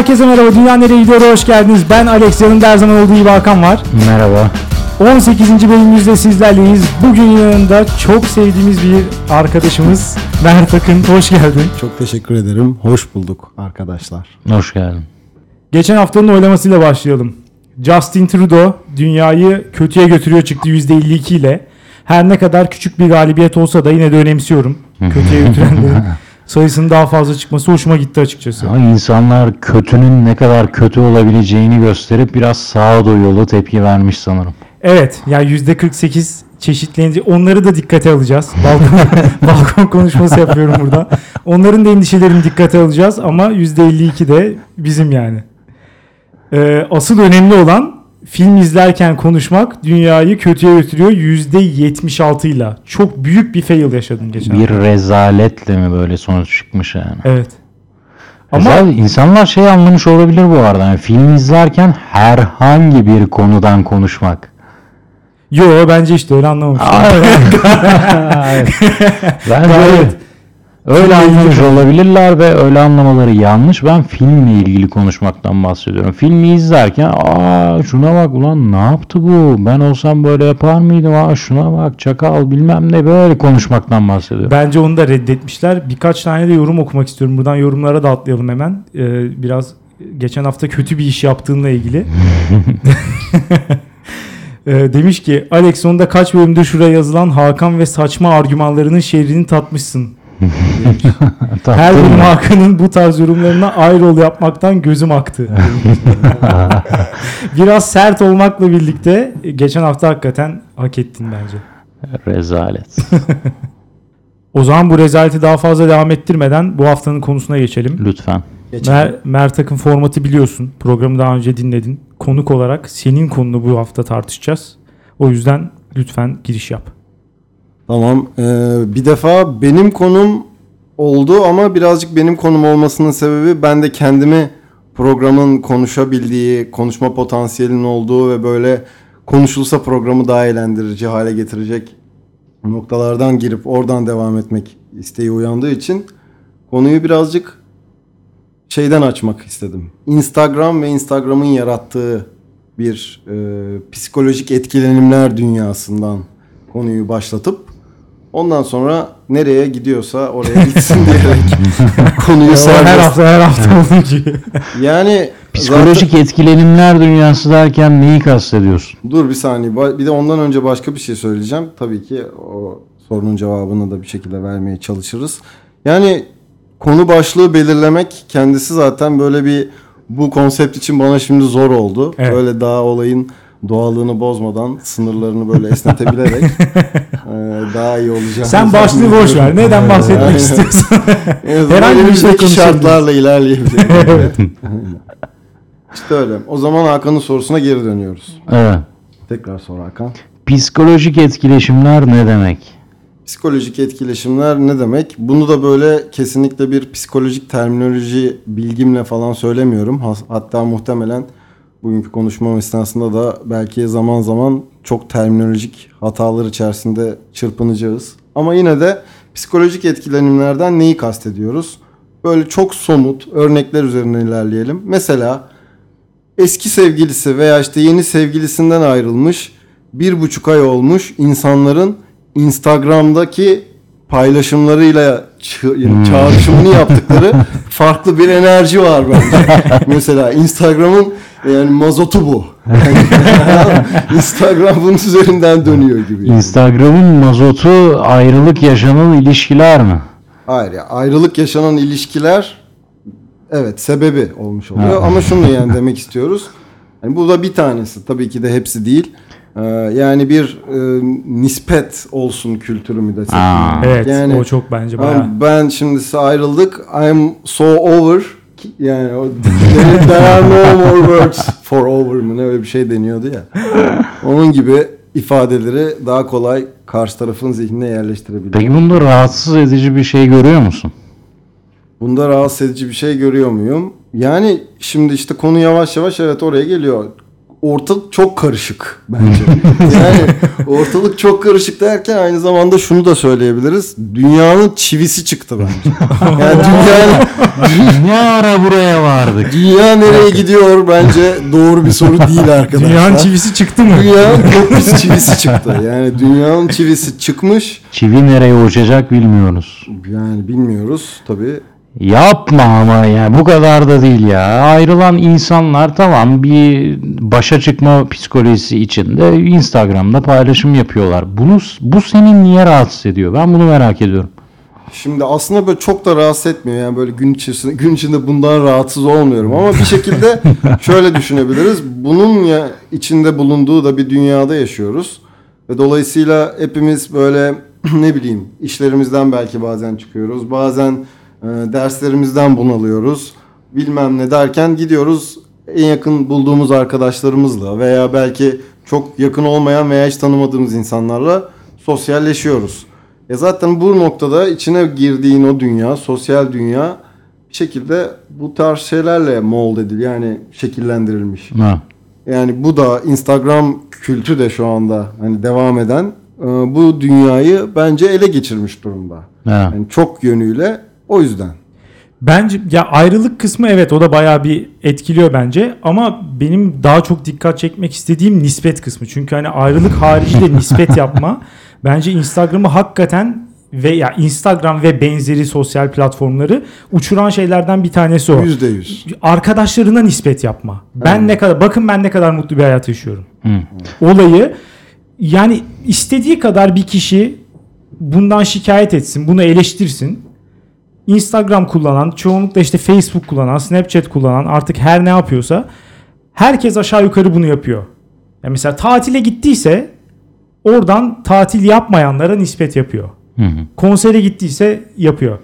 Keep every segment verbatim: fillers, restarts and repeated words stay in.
Herkese merhaba. Dünya Nereye Gidiyor'a hoş geldiniz. Ben Alex. Yanımda her zaman olduğu gibi Hakan var. Merhaba. on sekizinci bölümümüzde sizlerleyiz. Bugün yanında çok sevdiğimiz bir arkadaşımız Mert Akın. Hoş geldin. Çok teşekkür ederim. Hoş bulduk arkadaşlar. Hoş geldin. Geçen haftanın oylamasıyla başlayalım. Justin Trudeau dünyayı kötüye götürüyor çıktı yüzde elli iki ile. Her ne kadar küçük bir galibiyet olsa da yine de önemsiyorum. Kötüye götürenlerin sayısının daha fazla çıkması hoşuma gitti açıkçası. Ama insanlar kötünün ne kadar kötü olabileceğini gösterip biraz sağduyulu tepki vermiş sanırım. Evet, yani yüzde kırk sekiz çeşitlenince onları da dikkate alacağız. Balkon, balkon konuşması yapıyorum burada. Onların da endişelerini dikkate alacağız ama yüzde elli iki de bizim yani. Ee, asıl önemli olan film izlerken konuşmak dünyayı kötüye götürüyor yüzde yetmiş altı ile. Çok büyük bir fail yaşadım geçen. Bir rezaletle mi böyle sonuç çıkmış yani? Evet. Ama Ama insanlar şey anlamış olabilir bu arada. Yani film izlerken herhangi bir konudan konuşmak. yo bence işte öyle anlamamışlar. Bence Gayet. öyle anlamış olabilirler ve öyle anlamaları yanlış. Ben filmle ilgili konuşmaktan bahsediyorum. Filmi izlerken aa şuna bak ulan ne yaptı bu? Ben olsam böyle yapar mıydım? Aa şuna bak çakal bilmem ne, böyle konuşmaktan bahsediyorum. Bence onu da reddetmişler. Birkaç tane de yorum okumak istiyorum. Buradan yorumlara da atlayalım hemen. Ee, biraz geçen hafta kötü bir iş yaptığınla ilgili. ee, demiş ki Alex sonunda kaç bölümde şuraya yazılan Hakan ve saçma argümanlarının şerrini tatmışsın. Her bölüm Hakan'ın bu tarz yorumlarına ayrı ol yapmaktan gözüm aktı. Biraz sert olmakla birlikte geçen hafta hakikaten hak ettin bence. Rezalet. O zaman bu rezaleti daha fazla devam ettirmeden bu haftanın konusuna geçelim. Lütfen. Mer- Mert Akın formatı biliyorsun. Programı daha önce dinledin. Konuk olarak senin konunu bu hafta tartışacağız. O yüzden lütfen giriş yap. Tamam. Ee, bir defa benim konum oldu ama birazcık benim konum olmasının sebebi ben de kendimi programın konuşabildiği, konuşma potansiyelinin olduğu ve böyle konuşulsa programı daha eğlendirici hale getirecek noktalardan girip oradan devam etmek isteği uyandığı için konuyu birazcık şeyden açmak istedim. Instagram ve Instagram'ın yarattığı bir e, psikolojik etkilenimler dünyasından konuyu başlatıp ondan sonra nereye gidiyorsa oraya gitsin diyerek konuyu serbest. Her hafta her hafta olduğu gibi. Yani Psikolojik zaten... etkilenimler dünyası derken neyi kastediyorsun? Dur bir saniye. Bir de ondan önce başka bir şey söyleyeceğim. Tabii ki o sorunun cevabını da bir şekilde vermeye çalışırız. Yani konu başlığı belirlemek kendisi zaten böyle bir bu konsept için bana şimdi zor oldu. Evet. Böyle daha olayın doğallığını bozmadan sınırlarını böyle esnetebilerek daha iyi olacak. Sen başlığı boş ver. Neden bahsetmek istiyorsun? Herhangi bir şey şartlarla ilerleyebilirim. Evet. İşte öyle. O zaman Hakan'ın sorusuna geri dönüyoruz. Evet. Tekrar sor Hakan. Psikolojik etkileşimler ne demek? Psikolojik etkileşimler ne demek? Bunu da böyle kesinlikle bir psikolojik terminoloji bilgimle falan söylemiyorum. Hatta muhtemelen bugünkü konuşmam esnasında da belki zaman zaman çok terminolojik hatalar içerisinde çırpınacağız. Ama yine de psikolojik etkilenimlerden neyi kastediyoruz? Böyle çok somut örnekler üzerinden ilerleyelim. Mesela eski sevgilisi veya işte yeni sevgilisinden ayrılmış, bir buçuk ay olmuş insanların Instagram'daki paylaşımlarıyla ç- çağrışımını yaptıkları farklı bir enerji var bence. Mesela Instagram'ın yani mazotu bu. Instagram bunun üzerinden dönüyor gibi. Instagram'ın mazotu ayrılık yaşanan ilişkiler mi? Hayır ya, ayrılık yaşanan ilişkiler evet sebebi olmuş oluyor. Ha. Ama şunu yani demek istiyoruz. Yani bu da bir tanesi. Tabii ki de hepsi değil. Ee, yani bir e, nispet olsun kültürü mü desek. Evet, yani, o çok bence bayağı. Ben şimdi ayrıldık. I'm so over. Yani o, there are no more words for over mı ne öyle bir şey deniyordu ya. Onun gibi ifadeleri daha kolay karşı tarafın zihnine yerleştirebiliyor. Peki bunda rahatsız edici bir şey görüyor musun? Bunda rahatsız edici bir şey görüyor muyum? Yani şimdi işte konu yavaş yavaş evet oraya geliyor. ortalık çok karışık bence. Yani ortalık çok karışık derken aynı zamanda şunu da söyleyebiliriz. Dünyanın çivisi çıktı bence. Yani dünyanın, Ne ara buraya vardık? dünya nereye gidiyor bence doğru bir soru değil arkadaşlar. Dünyanın çivisi çıktı mı? Dünyanın çok pis çivisi çıktı. Yani dünyanın çivisi çıkmış. Çivi nereye uçacak bilmiyoruz. Yani bilmiyoruz tabii. Yapma ama ya, bu kadar da değil ya. Ayrılan insanlar tamam bir başa çıkma psikolojisi içinde Instagram'da paylaşım yapıyorlar. Bunu bu seni niye rahatsız ediyor? Ben bunu merak ediyorum. Şimdi aslında böyle çok da rahatsız etmiyor. Yani böyle gün içerisinde, gün içinde bundan rahatsız olmuyorum. Ama bir şekilde şöyle düşünebiliriz. Bunun ya içinde bulunduğu da bir dünyada yaşıyoruz. Ve dolayısıyla hepimiz böyle ne bileyim işlerimizden belki bazen çıkıyoruz. Bazen e, derslerimizden bunalıyoruz. Bilmem ne derken gidiyoruz en yakın bulduğumuz arkadaşlarımızla veya belki çok yakın olmayan veya hiç tanımadığımız insanlarla sosyalleşiyoruz. Ya zaten bu noktada içine girdiğin o dünya, sosyal dünya bir şekilde bu tarz şeylerle mold edil yani şekillendirilmiş. Ha. Yani bu da Instagram kültü de şu anda hani devam eden e, bu dünyayı bence ele geçirmiş durumda. Ha. Yani çok yönüyle o yüzden. Bence ya ayrılık kısmı evet o da bayağı bir etkiliyor bence ama benim daha çok dikkat çekmek istediğim nispet kısmı. Çünkü hani ayrılık harici de nispet yapma bence Instagram'ı hakikaten ve ya Instagram ve benzeri sosyal platformları uçuran şeylerden bir tanesi o. yüzde yüz. Arkadaşlarına nispet yapma. Ben Evet. ne kadar bakın ben ne kadar mutlu bir hayat yaşıyorum. Hı. Olayı yani istediği kadar bir kişi bundan şikayet etsin, bunu eleştirsin. Instagram kullanan, çoğunlukla işte Facebook kullanan, Snapchat kullanan artık her ne yapıyorsa herkes aşağı yukarı bunu yapıyor. Yani mesela tatile gittiyse oradan tatil yapmayanlara nispet yapıyor. Hı hı. Konsere gittiyse yapıyor.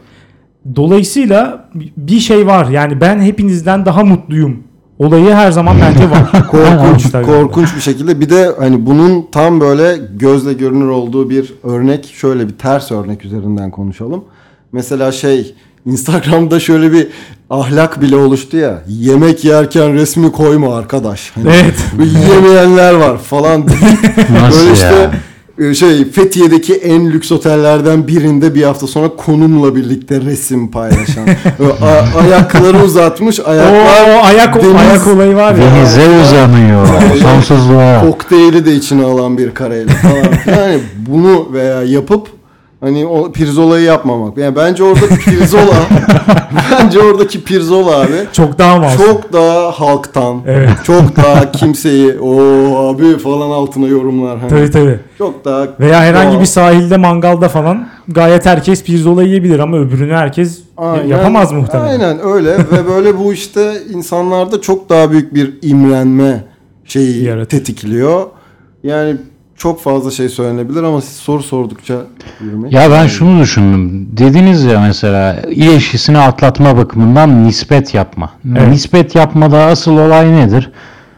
Dolayısıyla bir şey var. Yani ben hepinizden daha mutluyum. Olayı her zaman bence var. Korkunç, Instagram'da. korkunç bir şekilde. Bir de hani bunun tam böyle gözle görünür olduğu bir örnek, şöyle bir ters örnek üzerinden konuşalım. Mesela şey Instagram'da şöyle bir ahlak bile oluştu ya. Yemek yerken resmi koyma arkadaş. Hani Evet. yemeyenler var falan. Nasıl Böyle ya? işte e, şey Fethiye'deki en lüks otellerden birinde bir hafta sonra konumla birlikte resim paylaşan. Böyle a- ayakları uzatmış. O, Ayaklar o ayak, deniz- ayak olayı var ya. Denize uzanıyor. Sonsuzluğa. kokteyli de içine alan bir kareyle falan. Yani bunu veya yapıp hani o pirzolayı yapmamak. Yani bence orada pirzola bence oradaki pirzola abi Çok daha masum. çok daha halktan, Evet. çok daha kimseyi o abi falan altına yorumlar. Hani. Tabii tabii. Çok daha Veya herhangi doğal. bir sahilde mangalda falan gayet herkes pirzola yiyebilir ama öbürünü herkes Aynen, yapamaz muhtemelen. Aynen öyle ve böyle bu işte insanlarda çok daha büyük bir imrenme şeyi Yaratır. tetikliyor. Yani çok fazla şey söylenebilir ama siz soru sordukça yürümek. Ya ben şunu düşündüm. Dediniz ya mesela ilişkisini atlatma bakımından nispet yapma. Evet. Nispet yapmada asıl olay nedir?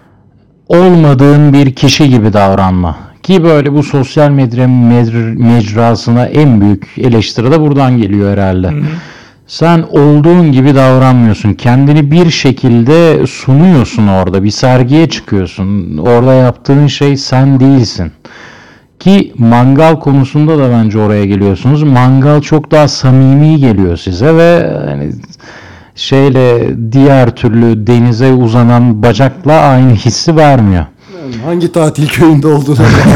Olmadığın bir kişi gibi davranma. Ki böyle bu sosyal medya medr- mecrasına en büyük eleştiri de buradan geliyor herhalde. Hı hı. Sen olduğun gibi davranmıyorsun. Kendini bir şekilde sunuyorsun orada. Bir sergiye çıkıyorsun. Orada yaptığın şey sen değilsin. Ki mangal konusunda da bence oraya geliyorsunuz. Mangal çok daha samimi geliyor size ve hani şeyle diğer türlü denize uzanan bacakla aynı hissi vermiyor. Yani hangi tatil köyünde olduğunu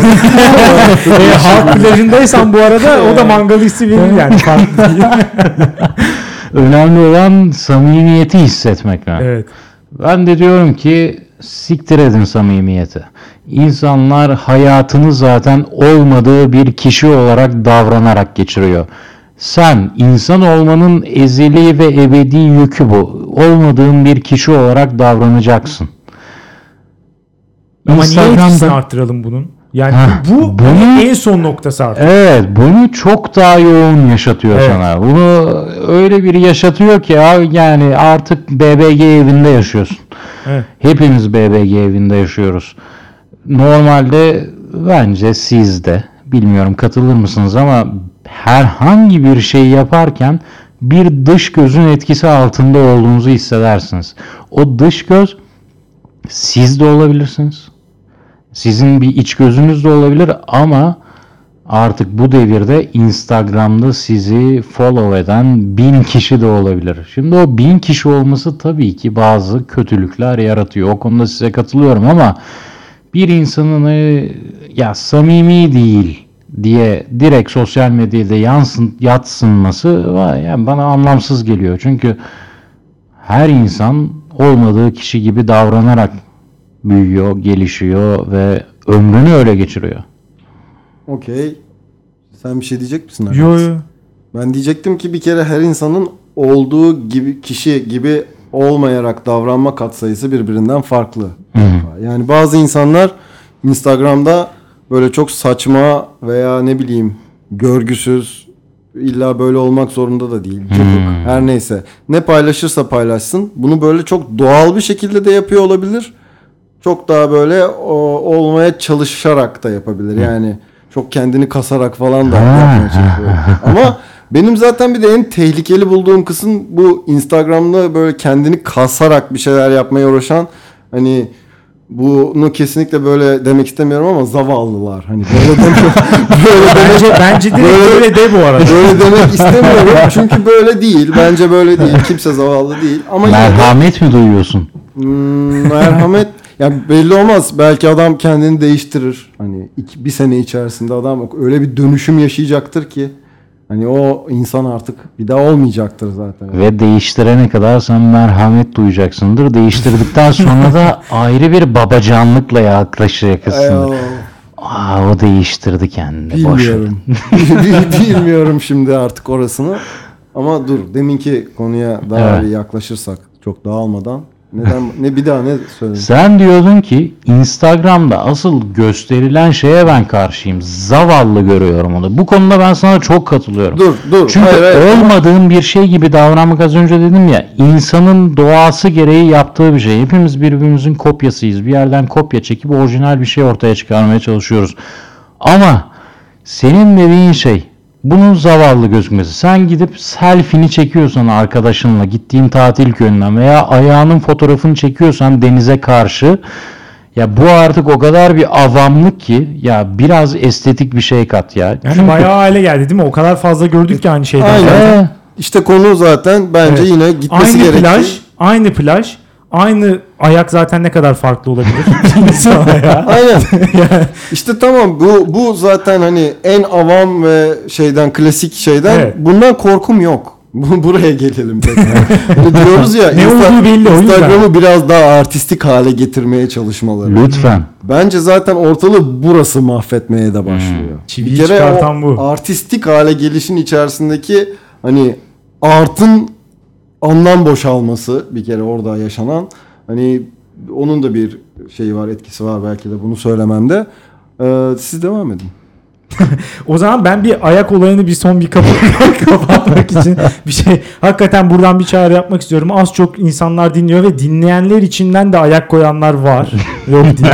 E, halk plajındaysan bu arada o da mangal hissi verir yani. Farklı değil. Önemli olan samimiyeti hissetmek. Yani. Evet. Ben de diyorum ki siktir edin samimiyeti. İnsanlar hayatını zaten olmadığı bir kişi olarak davranarak geçiriyor. Sen insan olmanın ezeli ve ebedi yükü bu. Olmadığın bir kişi olarak davranacaksın. Ama niye etkisini Instagram'da arttıralım bunun? Yani Heh, bu bunu- hani en son noktası artık. evet bunu çok daha yoğun yaşatıyor Evet. sana. Bunu öyle bir yaşatıyor ki abi yani artık B B G evinde yaşıyorsun. Evet. Hepimiz B B G evinde yaşıyoruz. Normalde bence siz de bilmiyorum katılır mısınız ama herhangi bir şey yaparken bir dış gözün etkisi altında olduğunuzu hissedersiniz. O dış göz siz de olabilirsiniz. Sizin bir iç gözünüz de olabilir ama artık bu devirde Instagram'da sizi follow eden bin kişi de olabilir. Şimdi o bin kişi olması tabii ki bazı kötülükler yaratıyor. O konuda size katılıyorum ama bir insanın e, ya samimi değil diye direkt sosyal medyada yansın, yatsınması yani bana anlamsız geliyor. Çünkü her insan olmadığı kişi gibi davranarak büyüyor, gelişiyor ve ömrünü öyle geçiriyor. Okey. Sen bir şey diyecek misin? Yo yo. Ben diyecektim ki bir kere her insanın olduğu gibi kişi gibi olmayarak davranma katsayısı birbirinden farklı. Hı-hı. Yani bazı insanlar Instagram'da böyle çok saçma veya ne bileyim görgüsüz, illa böyle olmak zorunda da değil. Cıvık, her neyse. Ne paylaşırsa paylaşsın. Bunu böyle çok doğal bir şekilde de yapıyor olabilir. Çok daha böyle o, olmaya çalışarak da yapabilir. Yani çok kendini kasarak falan da yapmaya çalışıyor. Ama benim zaten bir de en tehlikeli bulduğum kısım bu Instagram'da böyle kendini kasarak bir şeyler yapmaya uğraşan, hani bunu kesinlikle böyle demek istemiyorum ama zavallılar. Hani böyle demek, böyle bence demek, bence direkt böyle, böyle de bu arada. Böyle demek istemiyorum çünkü böyle değil. Bence böyle değil. Kimse zavallı değil. Ama merhamet de, mi duyuyorsun? Hmm, merhamet yani belli olmaz. Belki adam kendini değiştirir. Hani iki, bir sene içerisinde adam öyle bir dönüşüm yaşayacaktır ki hani o insan artık bir daha olmayacaktır zaten. Ve değiştirene kadar sen merhamet duyacaksındır. Değiştirdikten sonra da ayrı bir babacanlıkla yaklaşacaksındır. Aa, o değiştirdi kendini. Bilmiyorum. Bilmiyorum şimdi artık orasını. Ama dur, deminki konuya daha evet. bir yaklaşırsak çok dağılmadan. Neden ne bir daha ne söyledin? Sen diyordun ki Instagram'da asıl gösterilen şeye ben karşıyım. Zavallı görüyorum onu. Bu konuda ben sana çok katılıyorum. Dur dur. Çünkü hayır, hayır. olmadığın bir şey gibi davranmak, az önce dedim ya, insanın doğası gereği yaptığı bir şey. Hepimiz birbirimizin kopyasıyız. Bir yerden kopya çekip orijinal bir şey ortaya çıkarmaya çalışıyoruz. Ama senin dediğin şey bunun zavallı gözükmesi. Sen gidip selfie'ni çekiyorsan arkadaşınla gittiğin tatil köyünden veya ayağının fotoğrafını çekiyorsan denize karşı, ya bu artık o kadar bir avamlık ki ya biraz estetik bir şey kat ya. Yani Çünkü bayağı hale geldi değil mi? O kadar fazla gördük ki aynı şeyden. Aynen. Ee, işte konu zaten bence evet. yine gitmesi aynı gerektiği. Plaj, aynı plaj. Aynı ayak zaten ne kadar farklı olabilir? Aynen. İşte tamam, bu bu zaten hani en avam ve şeyden, klasik şeyden evet. bundan korkum yok. Buraya gelelim tekrar. Hani diyoruz ya ne Insta- belli, Instagram'ı biraz daha artistik hale getirmeye çalışmaları. Lütfen. Bence zaten ortalığı burası mahvetmeye de başlıyor. Hmm. Çiviyi bir kere o bu. artistik hale gelişin içerisindeki hani artın anlam boşalması bir kere orada yaşanan, hani onun da bir şeyi var, etkisi var belki de bunu söylememde. Ee, siz devam edin. O zaman ben bir ayak olayını bir son bir kapatmak için bir şey, hakikaten buradan bir çağrı yapmak istiyorum. Az çok insanlar dinliyor ve dinleyenler içinden de ayak koyanlar var. Yok değil.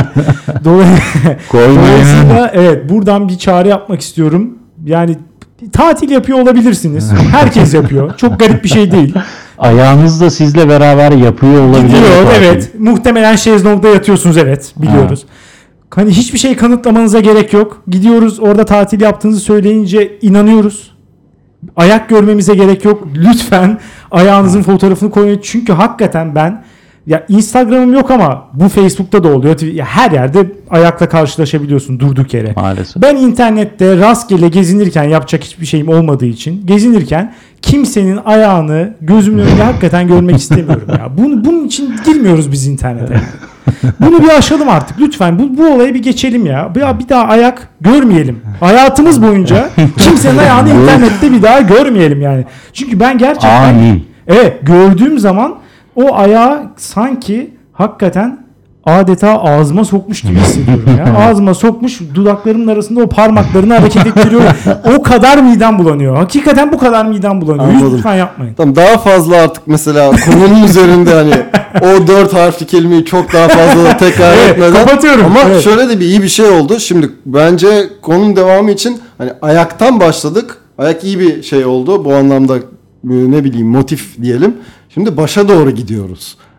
Dolayısıyla evet, buradan bir çağrı yapmak istiyorum. Yani tatil yapıyor olabilirsiniz. Herkes yapıyor. Çok garip bir şey değil. Ayağınız da sizle beraber yapıyor olabilir. Gidiyor evet. Muhtemelen şezlongda yatıyorsunuz, evet, biliyoruz. Ha. Hani hiçbir şey kanıtlamanıza gerek yok. Gidiyoruz, orada tatil yaptığınızı söyleyince inanıyoruz. Ayak görmemize gerek yok. Lütfen ayağınızın fotoğrafını koyun. Çünkü hakikaten ben, ya Instagram'ım yok ama bu Facebook'ta da oluyor. Ya her yerde ayakla karşılaşabiliyorsun durduk yere. Maalesef. Ben internette rastgele gezinirken, yapacak hiçbir şeyim olmadığı için gezinirken kimsenin ayağını gözümün önünde hakikaten görmek istemiyorum ya. Bunu, bunun için girmiyoruz biz internete. Bunu bir aşalım artık lütfen. Bu, bu olayı bir geçelim ya. Bir, bir daha ayak görmeyelim. Hayatımız boyunca kimsenin ayağını internette bir daha görmeyelim yani. Çünkü ben gerçekten Amin. Evet, gördüğüm zaman o ayağı sanki hakikaten adeta ağzıma sokmuş gibi hissediyorum ya. Ağzıma sokmuş, dudaklarımın arasında o parmaklarını hareket ettiriyor. O kadar midem bulanıyor. Hakikaten bu kadar midem bulanıyor. Anladım. Lütfen yapmayın. Tamam, daha fazla artık mesela konunun üzerinde hani o dört harfli kelimeyi çok daha fazla tekrar evet, etmeden. Kapatıyorum. Ama evet. şöyle de bir iyi bir şey oldu. Şimdi bence konunun devamı için hani ayaktan başladık. Ayak iyi bir şey oldu. Bu anlamda ne bileyim motif diyelim. Şimdi başa doğru gidiyoruz.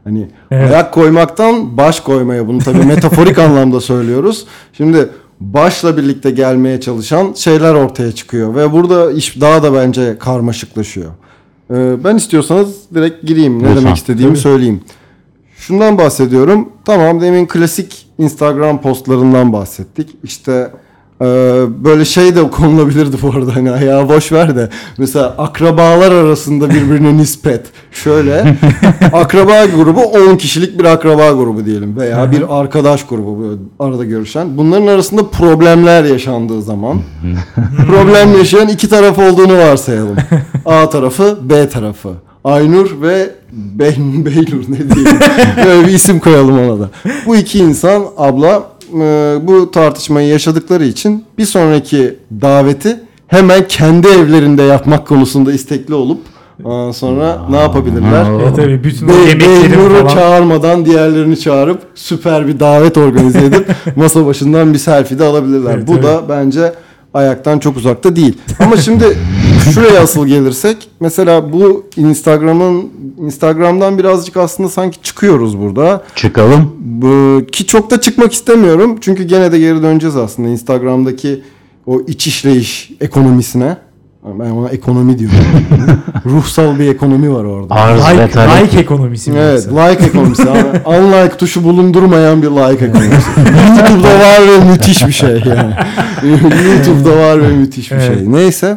Hani Evet. ayak koymaktan baş koymaya, bunu tabii metaforik anlamda söylüyoruz. Şimdi başla birlikte gelmeye çalışan şeyler ortaya çıkıyor ve burada iş daha da bence karmaşıklaşıyor. Ee, ben istiyorsanız direkt gireyim, ne Lütfen. demek istediğimi Tabii. söyleyeyim. Şundan bahsediyorum. Tamam, demin klasik Instagram postlarından bahsettik. İşte e, böyle şey de konulabilirdi bu arada. Hani ya boş ver de. Mesela akrabalar arasında birbirine nispet. Şöyle akraba grubu on kişilik bir akraba grubu diyelim. Veya bir arkadaş grubu böyle arada görüşen. Bunların arasında problemler yaşandığı zaman problem yaşayan iki taraf olduğunu varsayalım. A tarafı, B tarafı. Aynur ve Bey, Beynur ne diyeyim. Böyle bir isim koyalım ona da. Bu iki insan, abla, e, bu tartışmayı yaşadıkları için bir sonraki daveti hemen kendi evlerinde yapmak konusunda istekli olup ondan sonra ne yapabilirler? Evet, tabii bütün o Be- yemekleri Beynur'u falan. çağırmadan diğerlerini çağırıp süper bir davet organize edip masa başından bir selfie de alabilirler. Evet, Bu evet. da bence ayaktan çok uzakta değil. Ama şimdi şuraya asıl gelirsek, mesela bu Instagram'ın Instagram'dan birazcık aslında sanki çıkıyoruz burada. Çıkalım. Bu, ki çok da çıkmak istemiyorum. Çünkü gene de geri döneceğiz aslında Instagram'daki o iç işleyiş ekonomisine. Ben ona ekonomi diyorum. Ruhsal bir ekonomi var orada. Arz ve Like, talep. like ekonomisi mi Evet, yoksa? like ekonomisi. Yani unlike tuşu bulundurmayan bir like ekonomisi. YouTube'da var ve müthiş bir şey yani. YouTube'da var ve müthiş bir Evet. şey. Neyse.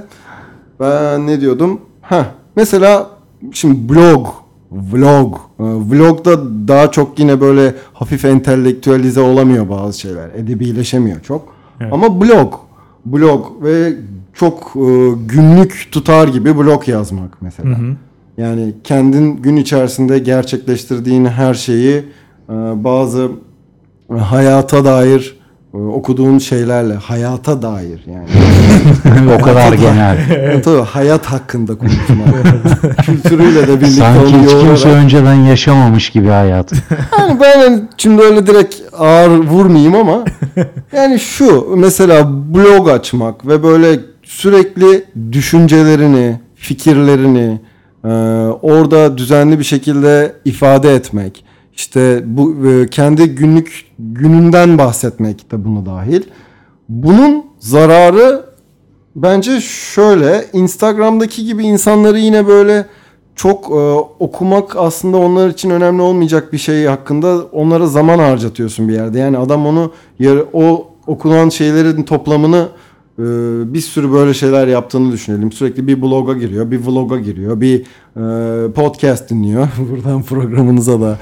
Ben ne diyordum? Heh, mesela şimdi blog, vlog. Ee, Vlogda daha çok yine böyle hafif entelektüelize olamıyor bazı şeyler. Edebileşemiyor çok. Evet. Ama blog, blog ve çok e, günlük tutar gibi blog yazmak mesela. Hı hı. Yani kendin gün içerisinde gerçekleştirdiğin her şeyi e, bazı e, hayata dair e, okuduğun şeylerle, hayata dair yani. O kadar genel. Evet. Tabii hayat hakkında konuşmak. Kültürüyle de birlikte Sanki onu hiç kimse yoğurarak. önceden yaşamamış gibi hayat. Yani ben hani şimdi öyle direkt ağır vurmayayım ama yani şu mesela blog açmak ve böyle sürekli düşüncelerini, fikirlerini e, orada düzenli bir şekilde ifade etmek. İşte bu e, kendi günlük gününden bahsetmek de buna dahil. Bunun zararı bence şöyle, Instagram'daki gibi insanları yine böyle çok e, okumak aslında onlar için önemli olmayacak bir şey hakkında onlara zaman harcatıyorsun bir yerde. Yani adam onu yarı, o okunan şeylerin toplamını e, bir sürü böyle şeyler yaptığını düşünelim. Sürekli bir bloga giriyor, bir vloga giriyor, bir e, podcast dinliyor. Buradan programınıza da.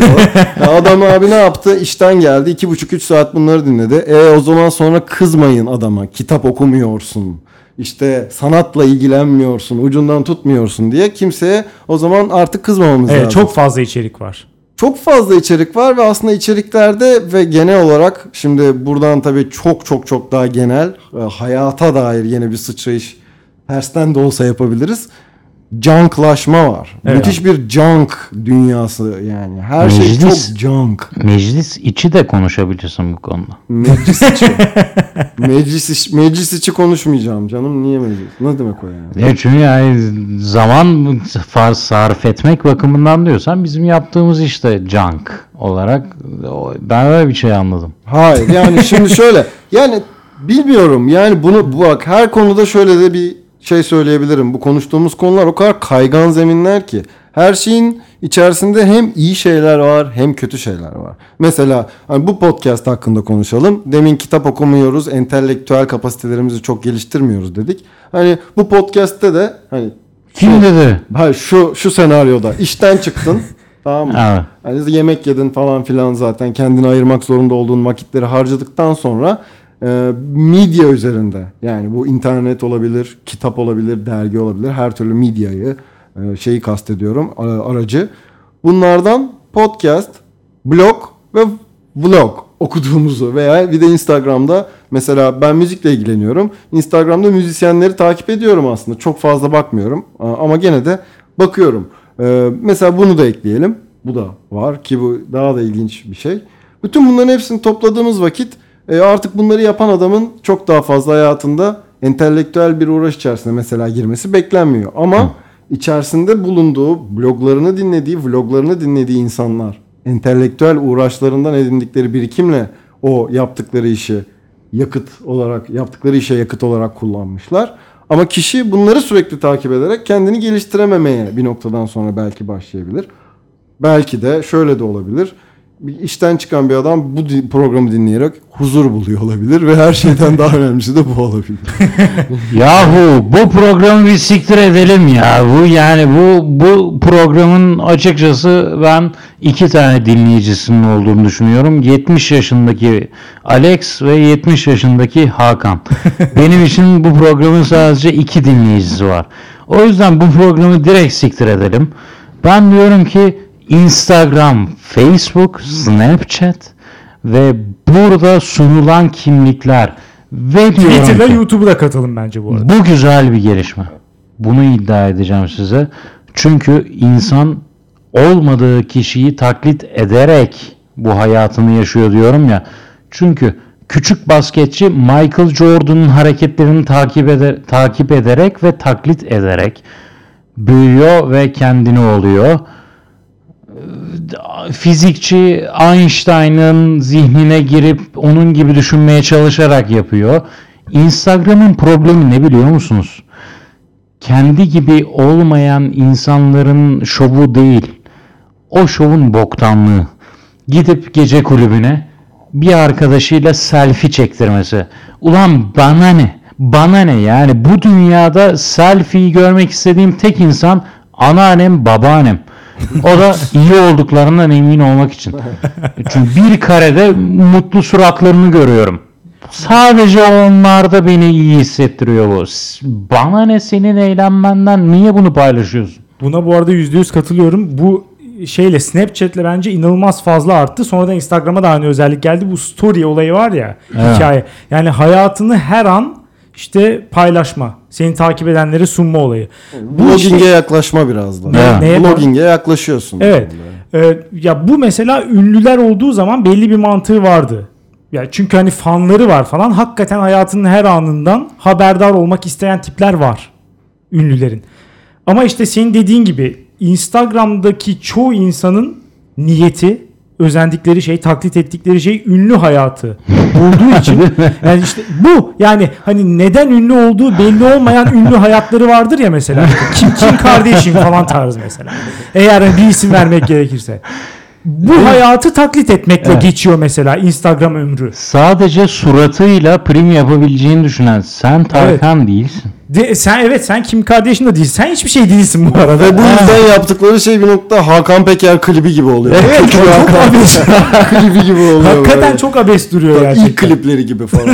Ya adam abi ne yaptı? İşten geldi. iki buçuk üç saat bunları dinledi. E o zaman sonra kızmayın adama. Kitap okumuyorsun. İşte sanatla ilgilenmiyorsun, ucundan tutmuyorsun diye kimseye o zaman artık kızmamamız Evet, lazım. çok fazla içerik var. Çok fazla içerik var ve aslında içeriklerde ve genel olarak şimdi buradan tabii çok çok çok daha genel e, hayata dair yeni bir sıçrayış tersten de olsa yapabiliriz. Junklaşma var. Evet. Müthiş bir junk dünyası yani. Her Meclis. şey çok junk. Meclis içi de konuşabilirsin bu konuda. Meclis içi. meclis, içi, meclis içi konuşmayacağım canım. Niye meclis? Ne demek o yani? Ne çünkü yani zaman far sarf etmek bakımından diyorsan bizim yaptığımız işte junk olarak o- ben öyle bir şey anladım. Hayır yani şimdi şöyle yani bilmiyorum yani bunu bak her konuda şöyle de bir şey söyleyebilirim. Bu konuştuğumuz konular o kadar kaygan zeminler ki her şeyin içerisinde hem iyi şeyler var hem kötü şeyler var. Mesela hani bu podcast hakkında konuşalım. Demin kitap okumuyoruz, entelektüel kapasitelerimizi çok geliştirmiyoruz dedik. Hani bu podcast'te de hani Kim dedi? hayır şu şu senaryoda işten çıktın. Tamam mı? Evet. Hani yemek yedin falan filan zaten kendini ayırmak zorunda olduğun vakitleri harcadıktan sonra e, medya üzerinde yani bu internet olabilir, kitap olabilir, dergi olabilir her türlü medyayı e, şeyi kastediyorum a- aracı. Bunlardan podcast, blog ve vlog okuduğumuzu veya bir de Instagram'da mesela ben müzikle ilgileniyorum. Instagram'da müzisyenleri takip ediyorum aslında. Çok fazla bakmıyorum a- ama gene de bakıyorum. Ee, mesela bunu da ekleyelim. Bu da var ki bu daha da ilginç bir şey. Bütün bunların hepsini topladığımız vakit e, artık bunları yapan adamın çok daha fazla hayatında entelektüel bir uğraş içerisinde mesela girmesi beklenmiyor. Ama içerisinde bulunduğu, bloglarını dinlediği, vloglarını dinlediği insanlar entelektüel uğraşlarından edindikleri birikimle o yaptıkları işi yakıt olarak, yaptıkları işe yakıt olarak kullanmışlar. Ama kişi bunları sürekli takip ederek kendini geliştirememeye bir noktadan sonra belki başlayabilir. Belki de şöyle de olabilir. Bir işten çıkan bir adam bu programı dinleyerek huzur buluyor olabilir ve her şeyden daha önemlisi de bu olabilir. Yahu bu programı bir siktir edelim ya. Bu yani bu bu programın açıkçası ben iki tane dinleyicisinin olduğunu düşünüyorum. yetmiş yaşındaki Alex ve yetmiş yaşındaki Hakan. Benim için bu programın sadece iki dinleyicisi var. O yüzden bu programı direkt siktir edelim. Ben diyorum ki Instagram, Facebook, Snapchat ve burada sunulan kimlikler ve Twitter'la ki, YouTube'u da katalım bence bu arada. bu güzel bir gelişme. Bunu iddia edeceğim size. Çünkü insan olmadığı kişiyi taklit ederek bu hayatını yaşıyor diyorum ya. Çünkü küçük basketçi Michael Jordan'ın hareketlerini takip eder, takip ederek ve taklit ederek büyüyor ve kendini oluyor. Fizikçi Einstein'ın zihnine girip onun gibi düşünmeye çalışarak yapıyor. Instagram'ın problemi ne biliyor musunuz? Kendi gibi olmayan insanların şovu değil. O şovun boktanlığı. Gidip gece kulübüne bir arkadaşıyla selfie çektirmesi. Ulan bana ne? Bana ne yani? Bu dünyada selfie'yi görmek istediğim tek insan anneannem, babaannem. O da iyi olduklarından emin olmak için. Çünkü bir karede mutlu suratlarını görüyorum. Sadece onlarda beni iyi hissettiriyor bu. Bana ne senin eğlenmenden, niye bunu paylaşıyorsun? Buna bu arada yüzde yüz katılıyorum. Bu şeyle Snapchat'le bence inanılmaz fazla arttı. Sonradan Instagram'a da aynı özellik geldi. Bu story olayı var ya, Evet. hikaye. Yani hayatını her an işte paylaşma. Seni takip edenlere sunma olayı. Bu Blogging'e işte- yaklaşma biraz da. Ne- neye- Blogging'e yaklaşıyorsun. Evet. Ee, ya bu mesela ünlüler olduğu zaman belli bir mantığı vardı. Ya çünkü hani fanları var falan. Hakikaten hayatının her anından haberdar olmak isteyen tipler var ünlülerin. Ama işte senin dediğin gibi Instagram'daki çoğu insanın niyeti, özendikleri şey, taklit ettikleri şey ünlü hayatı olduğu için yani işte bu yani hani neden ünlü olduğu belli olmayan ünlü hayatları vardır ya mesela. Kim Kim Kardashian falan tarzı mesela. Eğer bir isim vermek gerekirse. Bu hayatı taklit etmekle Evet. geçiyor mesela Instagram ömrü. Sadece suratıyla prim yapabileceğini düşünen sen Tarkan değilsin. De, sen evet sen Kim Kardashian da değilsin. Sen hiçbir şey değilsin bu arada. Ve bu yüzden yaptıkları şey bir nokta Hakan Peker klibi gibi oluyor. Evet, çok abes. klibi gibi oluyor. Hakikaten böyle. çok abes duruyor İlk gerçekten. klipleri gibi falan.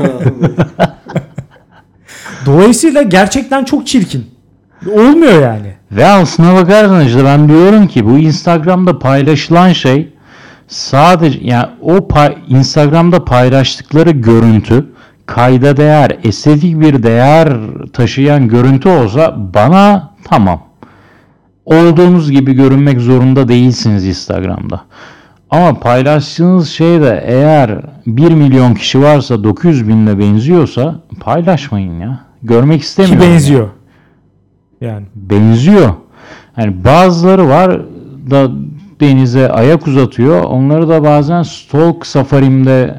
Dolayısıyla gerçekten çok çirkin. Olmuyor yani. Ve aslına bakarsan işte ben diyorum ki bu Instagram'da paylaşılan şey sadece yani o pay, Instagram'da paylaştıkları görüntü kayda değer, estetik bir değer taşıyan görüntü olsa bana tamam. Olduğunuz gibi görünmek zorunda değilsiniz Instagram'da. Ama paylaştığınız şey de eğer bir milyon kişi varsa dokuz yüz binle benziyorsa paylaşmayın ya. Görmek Ki istemiyorum. benziyor. Yani. Benziyor. Yani bazıları var da denize ayak uzatıyor. Onları da bazen stalk safarimde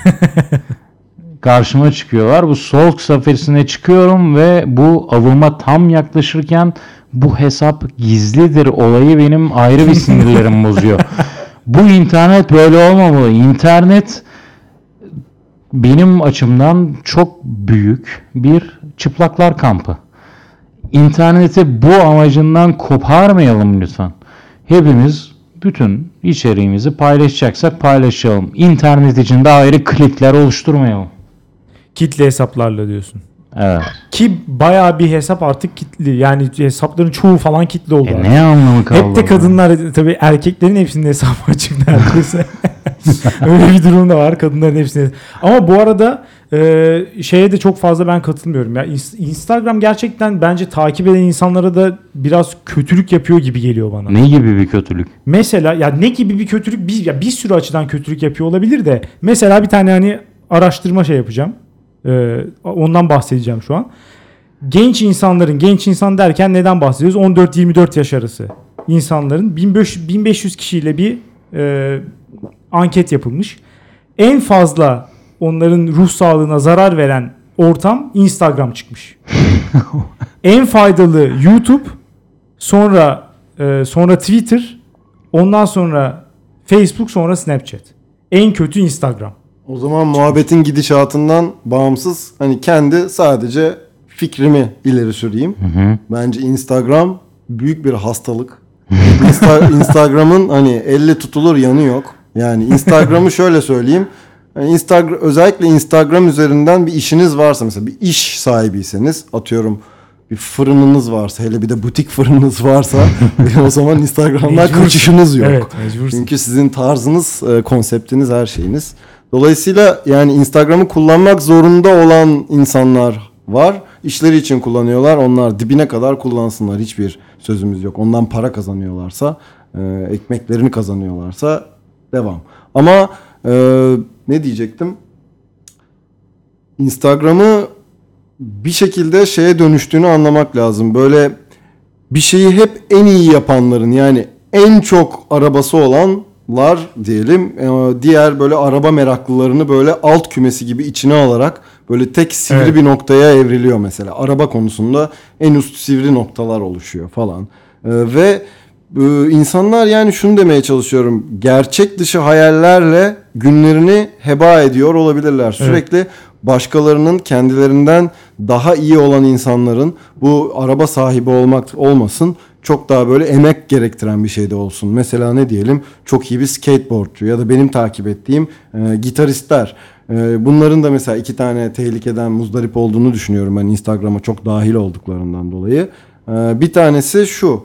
karşıma çıkıyorlar. Bu stalk safarisine çıkıyorum ve bu avıma tam yaklaşırken bu hesap gizlidir olayı benim ayrı bir sinirlerim bozuyor. Bu internet böyle olmamalı. İnternet benim açımdan çok büyük bir çıplaklar kampı. İnterneti bu amacından koparmayalım lütfen. Hepimiz bütün içeriğimizi paylaşacaksak paylaşalım. İnternet için de ayrı klikler oluşturmayalım. Kitle hesaplarla diyorsun. Evet. Ki bayağı bir hesap artık kitli. Yani hesapların çoğu falan kitli oldu. E artık. ne anlamı kaldı? Hep de kadınlar tabii erkeklerin hepsinin hesabı açık neredeyse. Öyle bir durum da var kadınların hepsinin. Ama bu arada e, şeye de çok fazla ben katılmıyorum. Ya Instagram gerçekten bence takip eden insanlara da biraz kötülük yapıyor gibi geliyor bana. Ne gibi bir kötülük? Mesela ya ne gibi bir kötülük? Bir, ya bir sürü açıdan kötülük yapıyor olabilir de. Mesela bir tane hani araştırma şey yapacağım. Ee, ondan bahsedeceğim şu an. genç insanların, genç insan derken neden bahsediyoruz? on dört yirmi dört yaş arası insanların bin beş yüz kişiyle bir e, anket yapılmış. En fazla onların ruh sağlığına zarar veren ortam Instagram çıkmış. En faydalı YouTube, sonra e, sonra Twitter, ondan sonra Facebook, sonra Snapchat. En kötü Instagram. O zaman muhabbetin gidişatından bağımsız hani kendi sadece fikrimi ileri süreyim. Hı hı. Bence Instagram büyük bir hastalık. Insta- Instagram'ın hani elle tutulur yanı yok. Yani Instagram'ı şöyle söyleyeyim. Yani Instagram, özellikle Instagram üzerinden bir işiniz varsa, mesela bir iş sahibiyseniz, atıyorum bir fırınınız varsa, hele bir de butik fırınınız varsa o zaman Instagram'dan kaçışınız yok. Evet, mecbursun. Çünkü sizin tarzınız, konseptiniz, her şeyiniz. Dolayısıyla yani Instagram'ı kullanmak zorunda olan insanlar var. İşleri için kullanıyorlar. Onlar dibine kadar kullansınlar. Hiçbir sözümüz yok. Ondan para kazanıyorlarsa, ekmeklerini kazanıyorlarsa devam. Ama e, ne diyecektim? Instagram'ı bir şekilde şeye dönüştüğünü anlamak lazım. Böyle bir şeyi hep en iyi yapanların, yani en çok arabası olanlar diyelim, diğer böyle araba meraklılarını böyle alt kümesi gibi içine alarak böyle tek sivri evet. bir noktaya evriliyor mesela. Araba konusunda en üst sivri noktalar oluşuyor falan. Ve insanlar, yani şunu demeye çalışıyorum, gerçek dışı hayallerle günlerini heba ediyor olabilirler. Sürekli evet. başkalarının, kendilerinden daha iyi olan insanların, bu araba sahibi olmak olmasın, çok daha böyle emek gerektiren bir şey de olsun. Mesela ne diyelim, çok iyi bir skateboardçu ya da benim takip ettiğim e, gitaristler. E, bunların da mesela iki tane tehlikeden muzdarip olduğunu düşünüyorum ben, Instagram'a çok dahil olduklarından dolayı. E, bir tanesi şu: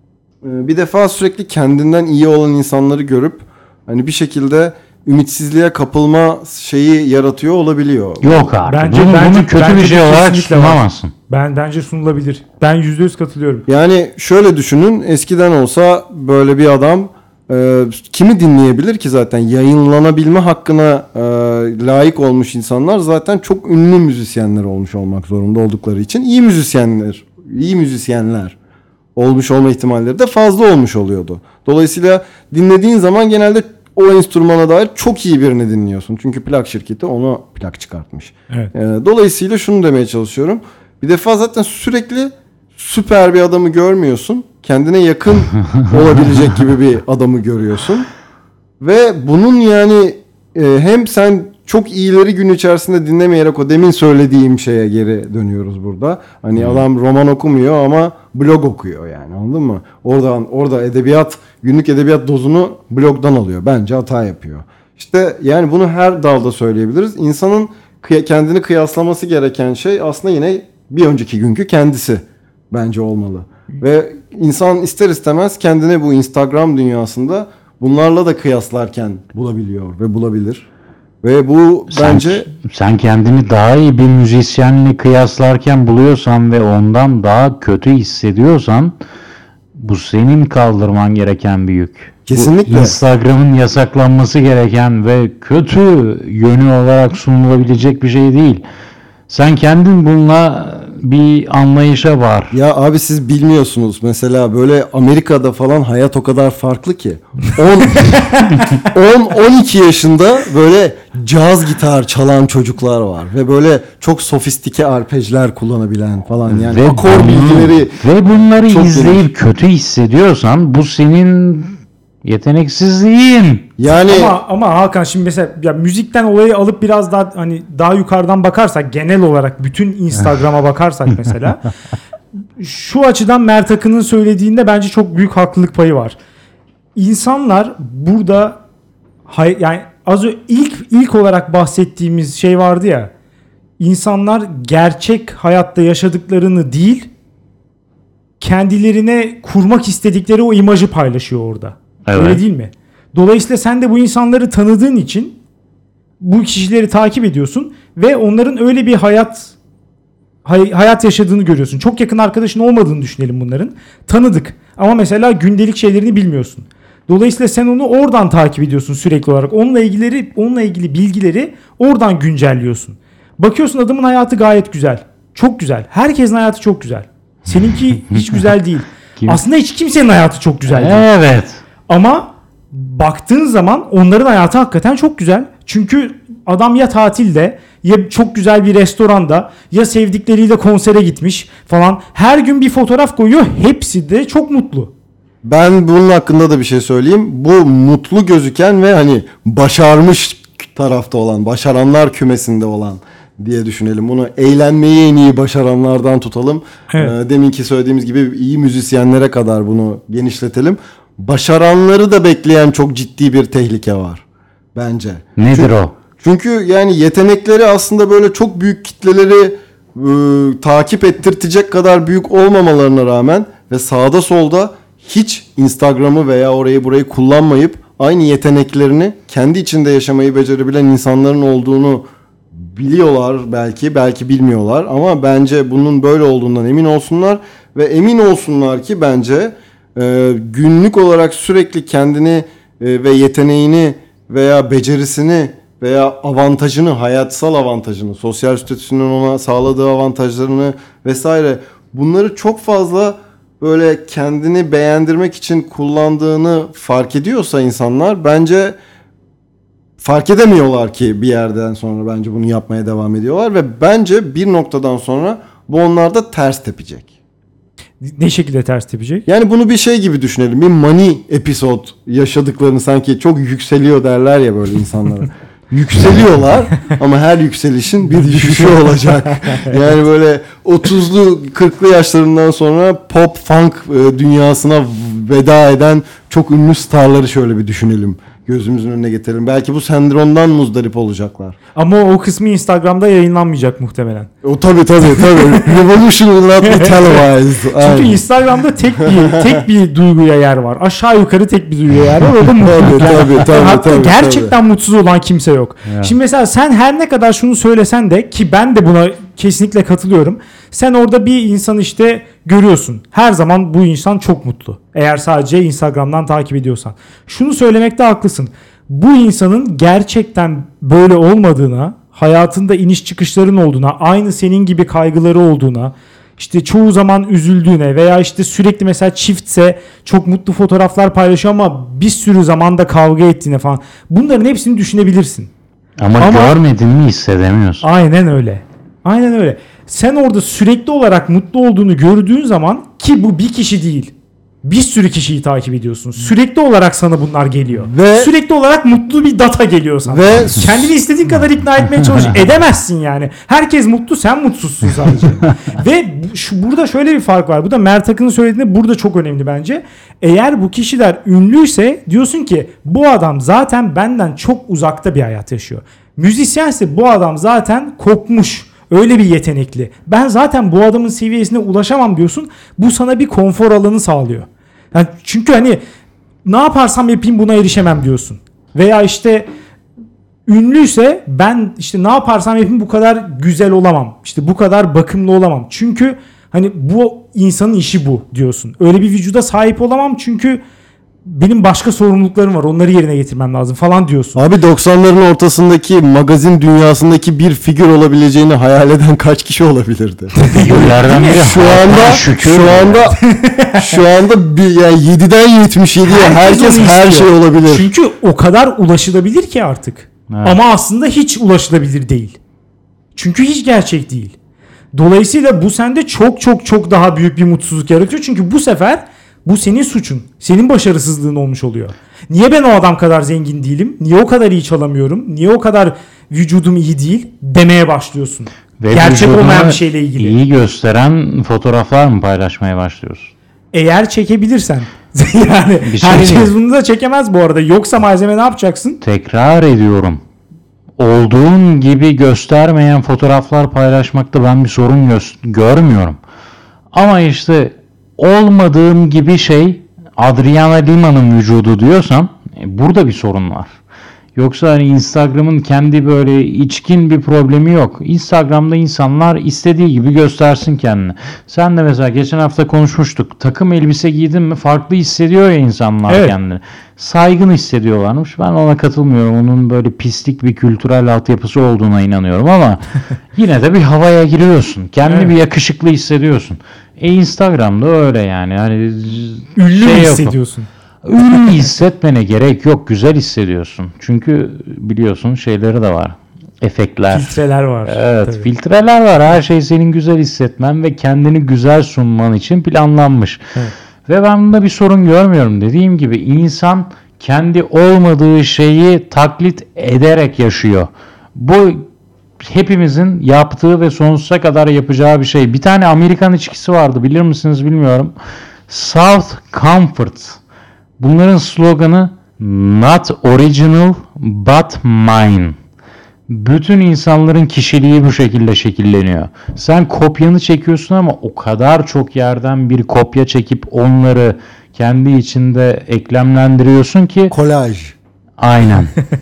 e, bir defa sürekli kendinden iyi olan insanları görüp hani bir şekilde ümitsizliğe kapılma şeyi yaratıyor olabiliyor. Yok abi. Bence, bunu, bence, bunu kötü bence bir şey olarak sunamazsın. Ben bence sunulabilir. Ben yüzde yüz katılıyorum. Yani şöyle düşünün, eskiden olsa böyle bir adam e, kimi dinleyebilir ki zaten? Yayınlanabilme hakkına e, layık olmuş insanlar zaten çok ünlü müzisyenler olmuş olmak zorunda oldukları için iyi müzisyenler, iyi müzisyenler olmuş olma ihtimalleri de fazla olmuş oluyordu. Dolayısıyla dinlediğin zaman genelde o enstrümana dair çok iyi birini dinliyorsun. Çünkü plak şirketi ona plak çıkartmış. Evet. Ee, dolayısıyla şunu demeye çalışıyorum. Bir defa zaten sürekli süper bir adamı görmüyorsun. Kendine yakın olabilecek gibi bir adamı görüyorsun. Ve bunun yani e, hem sen çok iyileri gün içerisinde dinlemeyerek o demin söylediğim şeye geri dönüyoruz burada. Hani hmm. adam roman okumuyor ama blog okuyor, yani anladın mı? Oradan orada edebiyat, günlük edebiyat dozunu blogdan alıyor. Bence hata yapıyor. İşte yani bunu her dalda söyleyebiliriz. İnsanın kıy- kendini kıyaslaması gereken şey aslında yine bir önceki günkü kendisi bence olmalı. Ve insan ister istemez kendini bu Instagram dünyasında bunlarla da kıyaslarken bulabiliyor ve bulabilir. Ve bu sen, bence... Sen kendini daha iyi bir müzisyenle kıyaslarken buluyorsan ve ondan daha kötü hissediyorsan, bu senin kaldırman gereken bir yük. Kesinlikle. Bu Instagram'ın yasaklanması gereken ve kötü yönü olarak sunulabilecek bir şey değil. Sen kendin bununla bir anlayışa var. Ya abi siz bilmiyorsunuz. Mesela böyle Amerika'da falan hayat o kadar farklı ki. on on iki yaşında böyle caz gitar çalan çocuklar var. Ve böyle çok sofistike arpejler kullanabilen falan. Yani ve akor bunu, bilgileri. Ve bunları izleyip geniş. Kötü hissediyorsan bu senin yeteneksizliğin. Yani ama ama Hakan, şimdi mesela ya müzikten olayı alıp biraz daha hani daha yukarıdan bakarsak, genel olarak bütün Instagram'a bakarsak mesela şu açıdan Mert Akın'ın söylediğinde bence çok büyük haklılık payı var. İnsanlar burada hay, yani az önce ilk ilk olarak bahsettiğimiz şey vardı ya. İnsanlar gerçek hayatta yaşadıklarını değil, kendilerine kurmak istedikleri o imajı paylaşıyor orada. Evet. Öyle değil mi? Dolayısıyla sen de bu insanları tanıdığın için bu kişileri takip ediyorsun ve onların öyle bir hayat hay, hayat yaşadığını görüyorsun. Çok yakın arkadaşın olmadığını düşünelim bunların. Tanıdık ama mesela gündelik şeylerini bilmiyorsun. Dolayısıyla sen onu oradan takip ediyorsun sürekli olarak. Onunla ilgili onunla ilgili bilgileri oradan güncelliyorsun. Bakıyorsun adamın hayatı gayet güzel. çok güzel. Herkesin hayatı çok güzel. Seninki hiç güzel değil. Kim? Aslında hiç kimsenin hayatı çok güzel değil. Evet. Ama baktığın zaman onların hayatı hakikaten çok güzel. Çünkü adam ya tatilde ya çok güzel bir restoranda ya sevdikleriyle konsere gitmiş falan. Her gün bir fotoğraf koyuyor. Hepsi de çok mutlu. Ben bunun hakkında da bir şey söyleyeyim. Bu mutlu gözüken ve hani başarmış tarafta olan, başaranlar kümesinde olan diye düşünelim. Bunu eğlenmeyi en iyi başaranlardan tutalım. Evet. Ee, deminki söylediğimiz gibi iyi müzisyenlere kadar bunu genişletelim. Başaranları da bekleyen çok ciddi bir tehlike var bence. Nedir çünkü, o? Çünkü yani yetenekleri aslında böyle çok büyük kitleleri e, takip ettirtecek kadar büyük olmamalarına rağmen ve sağda solda hiç Instagram'ı veya orayı burayı kullanmayıp aynı yeteneklerini kendi içinde yaşamayı becerebilen insanların olduğunu biliyorlar belki, belki bilmiyorlar ama bence bunun böyle olduğundan emin olsunlar ve emin olsunlar ki bence e, günlük olarak sürekli kendini e, ve yeteneğini veya becerisini veya avantajını, hayatsal avantajını, sosyal statüsünün ona sağladığı avantajlarını vesaire bunları çok fazla böyle kendini beğendirmek için kullandığını fark ediyorsa insanlar bence fark edemiyorlar ki bir yerden sonra bence bunu yapmaya devam ediyorlar ve bence bir noktadan sonra bu onlarda ters tepecek. Ne şekilde ters tepecek? Yani bunu bir şey gibi düşünelim. Bir money episode yaşadıklarını sanki çok yükseliyor derler ya böyle insanlara. Yükseliyorlar ama her yükselişin bir düşüşü olacak. Yani böyle otuzlu kırklı yaşlarından sonra pop funk dünyasına veda eden çok ünlü starları şöyle bir düşünelim. Gözümüzün önüne getirelim. Belki bu sendromdan muzdarip olacaklar. Ama o kısmı Instagram'da yayınlanmayacak muhtemelen. O tabii tabii tabii. Revolution will not be televised. Çünkü Aynen. Instagram'da tek bir tek bir duyguya yer var. Aşağı yukarı tek bir duyguya yer var. O da mutluluk. Tabii, Yani. tabii, tabii, Hatta tabii, gerçekten mutsuz olan kimse yok. Ya. Şimdi mesela sen her ne kadar şunu söylesen de ki ben de buna kesinlikle katılıyorum. Sen orada bir insan işte görüyorsun. Her zaman bu insan çok mutlu. Eğer sadece Instagram'dan takip ediyorsan. Şunu söylemekte haklısın. Bu insanın gerçekten böyle olmadığına, hayatında iniş çıkışların olduğuna, aynı senin gibi kaygıları olduğuna, işte çoğu zaman üzüldüğüne veya işte sürekli mesela çiftse çok mutlu fotoğraflar paylaşıyor ama bir sürü zamanda kavga ettiğine falan. Bunların hepsini düşünebilirsin. Ama, Ama- görmedin mi hissedemiyorsun. Aynen öyle. Aynen öyle. Sen orada sürekli olarak mutlu olduğunu gördüğün zaman ki bu bir kişi değil. Bir sürü kişiyi takip ediyorsun. Sürekli olarak sana bunlar geliyor. Ve- Sürekli olarak mutlu bir data geliyor sana. Ve- Kendini istediğin kadar ikna etmeye çalış. Edemezsin yani. Herkes mutlu, sen mutsuzsun sadece. Ve bu- şu, burada şöyle bir fark var. Bu da Mert Akın'ın söylediğinde burada çok önemli bence. Eğer bu kişiler ünlüyse diyorsun ki bu adam zaten benden çok uzakta bir hayat yaşıyor. Müzisyense bu adam zaten kopmuş. Öyle bir yetenekli. Ben zaten bu adamın seviyesine ulaşamam diyorsun. Bu sana bir konfor alanı sağlıyor. Yani çünkü hani ne yaparsam yapayım buna erişemem diyorsun. Veya işte ünlüyse ben işte ne yaparsam yapayım bu kadar güzel olamam. İşte bu kadar bakımlı olamam. Çünkü hani bu insanın işi bu diyorsun. Öyle bir vücuda sahip olamam çünkü benim başka sorumluluklarım var. Onları yerine getirmem lazım falan diyorsun. Abi doksanların ortasındaki magazin dünyasındaki bir figür olabileceğini hayal eden kaç kişi olabilirdi? Figürlerden biri. Şu anda şükür. şu anda şu anda bir yani yediden yetmiş yediye Herkes herkes onu her istiyor. şey olabilir. Çünkü o kadar ulaşılabilir ki artık. Evet. Ama aslında hiç ulaşılabilir değil. Çünkü hiç gerçek değil. Dolayısıyla bu sende çok çok çok daha büyük bir mutsuzluk yaratıyor. Çünkü bu sefer bu senin suçun. Senin başarısızlığın olmuş oluyor. Niye ben o adam kadar zengin değilim? Niye o kadar iyi çalamıyorum? Niye o kadar vücudum iyi değil? Demeye başlıyorsun. Ve Gerçek vücudunu olmayan bir şeyle ilgili. İyi gösteren fotoğraflar mı paylaşmaya başlıyorsun? Eğer çekebilirsen. Yani Bir şey herkes diyeyim. bunu da çekemez bu arada. Yoksa malzeme ne yapacaksın? Tekrar ediyorum. Olduğun gibi göstermeyen fotoğraflar paylaşmakta ben bir sorun gö- görmüyorum. Ama işte olmadığım gibi şey Adriana Lima'nın vücudu diyorsan e, burada bir sorun var. Yoksa hani Instagram'ın kendi böyle içkin bir problemi yok. Instagram'da insanlar istediği gibi göstersin kendini. Sen de mesela geçen hafta konuşmuştuk. Takım elbise giydin mi farklı hissediyor ya insanlar Evet. kendini. Saygın hissediyorlarmış. Ben ona katılmıyorum. Onun böyle pislik bir kültürel altyapısı olduğuna inanıyorum ama yine de bir havaya giriyorsun. Kendini Evet. bir yakışıklı hissediyorsun. E Instagram'da öyle yani. Hani Ünlü şey mü yapın. hissediyorsun? Ünlü hissetmene gerek yok. Güzel hissediyorsun. Çünkü biliyorsun şeyleri de var. Efektler. Filtreler var. Evet, Tabii. filtreler var. Her şey senin güzel hissetmen ve kendini güzel sunman için planlanmış. Evet. Ve ben bunda bir sorun görmüyorum. Dediğim gibi insan kendi olmadığı şeyi taklit ederek yaşıyor. Bu hepimizin yaptığı ve sonsuza kadar yapacağı bir şey. Bir tane Amerikan içkisi vardı. Bilir misiniz bilmiyorum. South Comfort. Bunların sloganı Not original but mine. Bütün insanların kişiliği bu şekilde şekilleniyor. Sen kopyanı çekiyorsun ama o kadar çok yerden bir kopya çekip onları kendi içinde eklemlendiriyorsun ki Kolaj. aynen.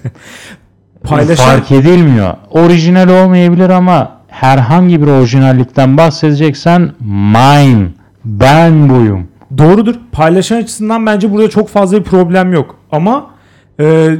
Paylaşan- Fark edilmiyor. Orijinal olmayabilir ama herhangi bir orijinallikten bahsedeceksen mine. Ben buyum. Doğrudur. Paylaşan açısından bence burada çok fazla bir problem yok. Ama e,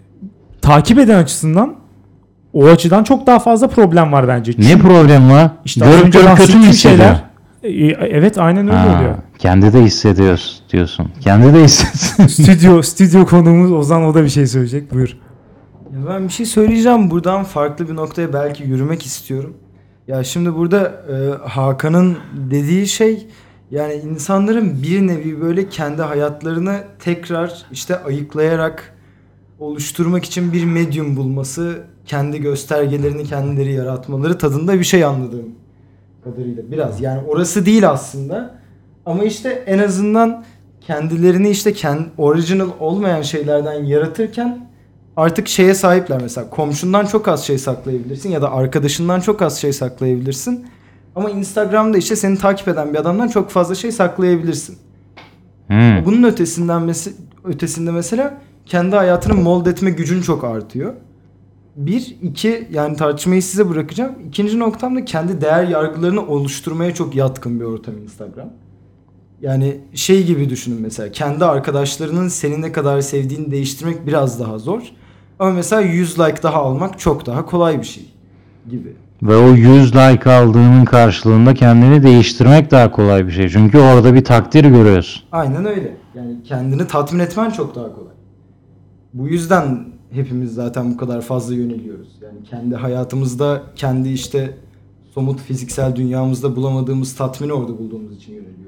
takip eden açısından o açıdan çok daha fazla problem var bence. Ne problem var? İşte az Görüp önce görüp kötü mü bahsettiğim hissediyor? şeyler. E, evet aynen öyle Ha, oluyor. kendi de hissediyorsun diyorsun. Kendi de hissetsin. Stüdyo stüdyo konuğumuz Ozan, o da bir şey söyleyecek. Buyur. Ya ben bir şey söyleyeceğim. Buradan farklı bir noktaya belki yürümek istiyorum. Ya şimdi burada e, Hakan'ın dediği şey, yani insanların bir nevi böyle kendi hayatlarını tekrar işte ayıklayarak oluşturmak için bir medyum bulması, kendi göstergelerini kendileri yaratmaları tadında bir şey anladığım kadarıyla. Biraz yani orası değil aslında. Ama işte en azından kendilerini işte kendi original olmayan şeylerden yaratırken artık şeye sahipler. Mesela komşundan çok az şey saklayabilirsin ya da arkadaşından çok az şey saklayabilirsin. Ama Instagram'da işte seni takip eden bir adamdan çok fazla şey saklayabilirsin. Hmm. Bunun ötesinden mes- ötesinde mesela kendi hayatını mold etme gücün çok artıyor. Bir, iki, yani tartışmayı size bırakacağım. İkinci noktam da kendi değer yargılarını oluşturmaya çok yatkın bir ortam Instagram. Yani şey gibi düşünün mesela, kendi arkadaşlarının seni ne kadar sevdiğini değiştirmek biraz daha zor. Ama mesela yüz like daha almak çok daha kolay bir şey gibi. Ve o yüz like aldığının karşılığında kendini değiştirmek daha kolay bir şey. Çünkü orada bir takdir görüyorsun. Aynen öyle. Yani kendini tatmin etmen çok daha kolay. Bu yüzden hepimiz zaten bu kadar fazla yöneliyoruz. Yani kendi hayatımızda, kendi işte somut fiziksel dünyamızda bulamadığımız tatmini orada bulduğumuz için yöneliyoruz.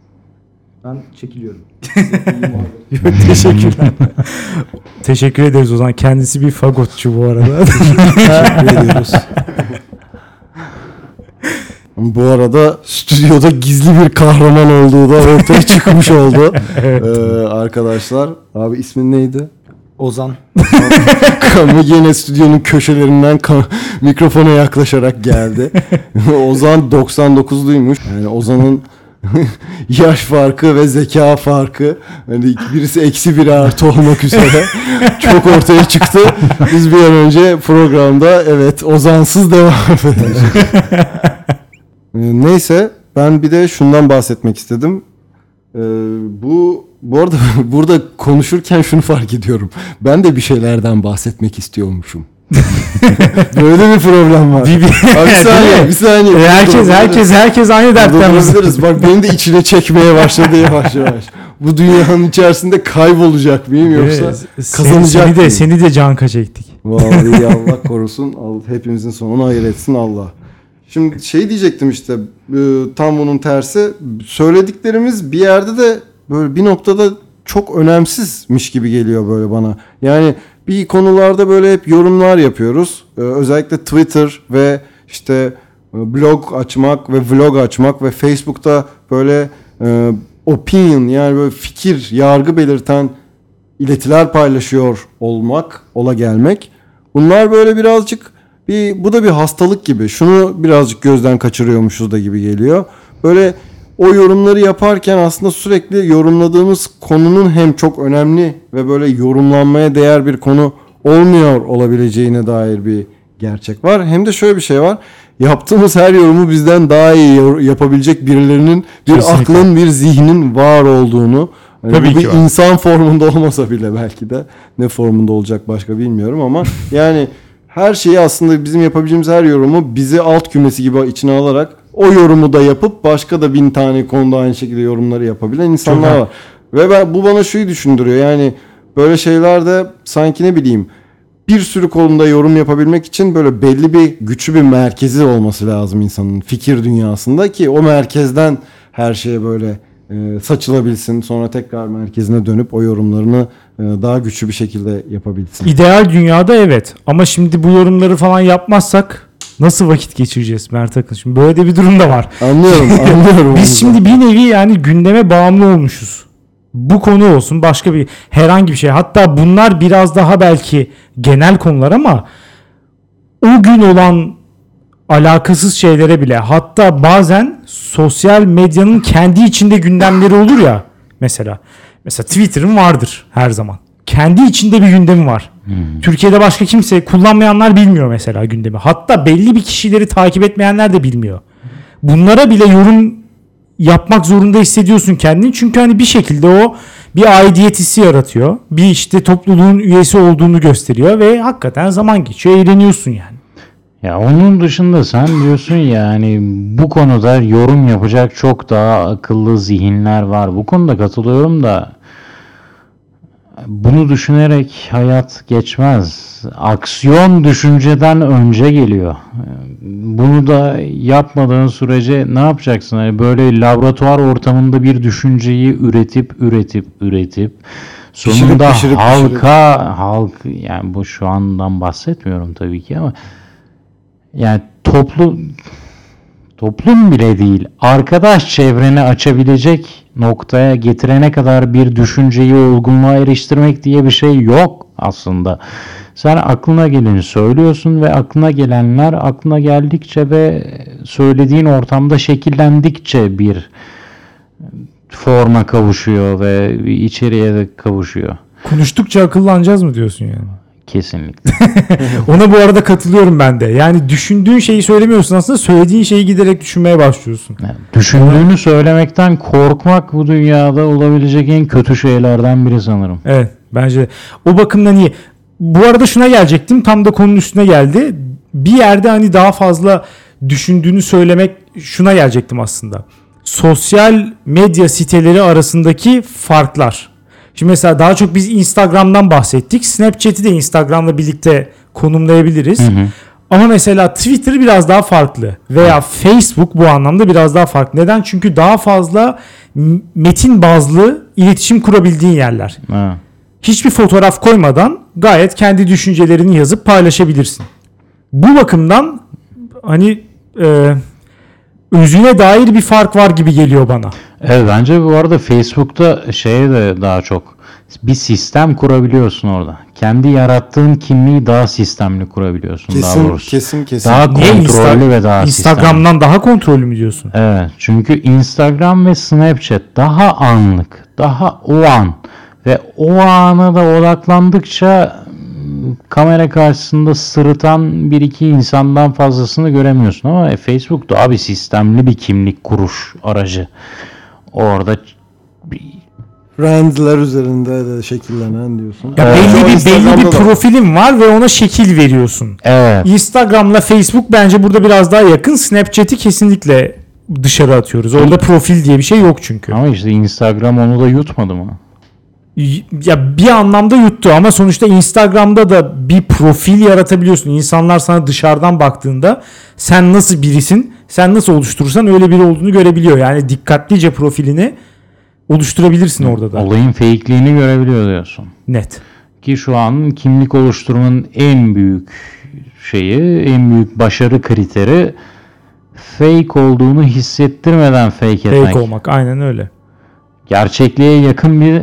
Ben çekiliyorum. Teşekkürler. Teşekkür ederiz Ozan. Kendisi bir fagotçu bu arada. Teşekkür ediyoruz. Bu arada stüdyoda gizli bir kahraman olduğu da ortaya çıkmış oldu. Evet. Ee, arkadaşlar. Abi ismin neydi? Ozan. Ama yine stüdyonun köşelerinden ka- mikrofona yaklaşarak geldi. Ozan doksan dokuzluymuş. Yani Ozan'ın yaş farkı ve zeka farkı, hani birisi eksi biri artı olmak üzere çok ortaya çıktı. Biz bir an önce programda evet Ozan'sız devam edeceğiz. Neyse, ben bir de şundan bahsetmek istedim. Ee, bu bu arada burada konuşurken şunu fark ediyorum. Ben de bir şeylerden bahsetmek istiyormuşum. Böyle bir problem var. Bir- bir- Abi bir saniye, bir saniye. E, herkes herkes herkes aynı dertten. Durabiliriz. Bak beni de içine çekmeye başladı yavaş yavaş. Bu dünyanın içerisinde kaybolacak mıyım yoksa Evet, kazanacak seni de mıyım? seni de canka çektik. Vallahi Allah korusun. Allah, hepimizin sonunu hayır etsin Allah. Şimdi şey diyecektim işte, e, tam bunun tersi. Söylediklerimiz bir yerde de böyle bir noktada çok önemsizmiş gibi geliyor böyle bana. Yani bir konularda böyle hep yorumlar yapıyoruz. E, özellikle Twitter ve işte e, blog açmak ve vlog açmak ve Facebook'ta böyle e, opinion, yani böyle fikir, yargı belirten iletiler paylaşıyor olmak, ola gelmek. Bunlar böyle birazcık bir, bu da bir hastalık gibi. Şunu birazcık gözden kaçırıyormuşuz da gibi geliyor. Böyle o yorumları yaparken aslında sürekli yorumladığımız konunun hem çok önemli ve böyle yorumlanmaya değer bir konu olmuyor olabileceğine dair bir gerçek var. Hem de şöyle bir şey var. Yaptığımız her yorumu bizden daha iyi yapabilecek birilerinin, bir Kesinlikle. aklın, bir zihnin var olduğunu, hani Tabii bu ki bir var. insan formunda olmasa bile belki de ne formunda olacak başka bilmiyorum ama yani her şeyi aslında bizim yapabileceğimiz her yorumu bizi alt kümesi gibi içine alarak o yorumu da yapıp başka da bin tane konuda aynı şekilde yorumları yapabilen insanlar Çok var. Ve ben, bu bana şuyu düşündürüyor. Yani böyle şeylerde sanki ne bileyim bir sürü konuda yorum yapabilmek için böyle belli bir güçlü bir merkezi olması lazım insanın fikir dünyasında ki o merkezden her şeye böyle e, saçılabilsin. Sonra tekrar merkezine dönüp o yorumlarını e, daha güçlü bir şekilde yapabilsin. İdeal dünyada evet. Ama şimdi bu yorumları falan yapmazsak nasıl vakit geçireceğiz Mert Akın? Şimdi böyle de bir durum da var. Anlıyorum, anlıyorum. Biz şimdi bir nevi yani gündeme bağımlı olmuşuz. Bu konu olsun, başka bir herhangi bir şey. Hatta bunlar biraz daha belki genel konular ama o gün olan alakasız şeylere bile, hatta bazen sosyal medyanın kendi içinde gündemleri olur ya mesela. Mesela Twitter'ın vardır her zaman. Kendi içinde bir gündemi var. Hmm. Türkiye'de başka kimse kullanmayanlar bilmiyor mesela gündemi. Hatta belli bir kişileri takip etmeyenler de bilmiyor. Bunlara bile yorum yapmak zorunda hissediyorsun kendini. Çünkü hani bir şekilde o bir aidiyet hissi yaratıyor. Bir işte topluluğun üyesi olduğunu gösteriyor ve hakikaten zaman geçiyor, eğleniyorsun yani. Ya onun dışında sen diyorsun ya hani bu konuda yorum yapacak çok daha akıllı zihinler var. Bu konuda katılıyorum da bunu düşünerek hayat geçmez. Aksiyon düşünceden önce geliyor. Bunu da yapmadığın sürece ne yapacaksın? Hani böyle laboratuvar ortamında bir düşünceyi üretip üretip üretip sonunda Pişirip, pişirip, halka halk yani bu şu andan bahsetmiyorum tabii ki ama yani toplu toplum bile değil, arkadaş çevreni açabilecek noktaya getirene kadar bir düşünceyi olgunluğa eriştirmek diye bir şey yok aslında. Sen aklına geleni söylüyorsun ve aklına gelenler aklına geldikçe ve söylediğin ortamda şekillendikçe bir forma kavuşuyor ve bir içeriğe de kavuşuyor. Konuştukça akıllanacağız mı diyorsun yani? Kesinlikle. Ona bu arada katılıyorum ben de. Yani düşündüğün şeyi söylemiyorsun aslında, söylediğin şeyi giderek düşünmeye başlıyorsun. Yani düşündüğünü söylemekten korkmak bu dünyada olabilecek en kötü şeylerden biri sanırım. Evet, bence o bakımdan iyi. Bu arada şuna gelecektim, tam da konunun üstüne geldi. Bir yerde hani daha fazla düşündüğünü söylemek, şuna gelecektim aslında. Sosyal medya siteleri arasındaki farklar. Şimdi mesela daha çok biz Instagram'dan bahsettik. Snapchat'i de Instagram'la birlikte konumlayabiliriz. Hı hı. Ama mesela Twitter biraz daha farklı. Veya hı. Facebook bu anlamda biraz daha farklı. Neden? Çünkü daha fazla metin bazlı iletişim kurabildiğin yerler. Hı. Hiçbir fotoğraf koymadan gayet kendi düşüncelerini yazıp paylaşabilirsin. Bu bakımdan hani e, özüne dair bir fark var gibi geliyor bana. Evet, bence bu arada Facebook'ta şeye de daha çok bir sistem kurabiliyorsun orada. Kendi yarattığın kimliği daha sistemli kurabiliyorsun. Kesin, daha doğrusu. kesin, kesin. Daha Niye kontrollü Insta- ve daha Instagram'dan sistemli. daha kontrollü mü diyorsun? Evet, çünkü Instagram ve Snapchat daha anlık, daha o an ve o ana da odaklandıkça kamera karşısında sırıtan bir iki insandan fazlasını göremiyorsun ama Facebook daha bir sistemli bir kimlik kuruş aracı. Orada bir... Brandler üzerinde de şekillenen diyorsun. Ya Evet. belli bir belli bir profilin var ve ona şekil veriyorsun. Evet. Instagram'la Facebook bence burada biraz daha yakın. Snapchat'i kesinlikle dışarı atıyoruz. Orada profil diye bir şey yok çünkü. Ama işte Instagram onu da yutmadı mı? Ya bir anlamda yuttu ama sonuçta Instagram'da da bir profil yaratabiliyorsun. İnsanlar sana dışarıdan baktığında sen nasıl birisin, sen nasıl oluşturursan öyle biri olduğunu görebiliyor. Yani dikkatlice profilini oluşturabilirsin orada da. Olayın fake'liğini görebiliyor diyorsun. Net. Ki şu an kimlik oluşturmanın en büyük şeyi, en büyük başarı kriteri fake olduğunu hissettirmeden fake etmek. Fake olmak, aynen öyle. Gerçekliğe yakın bir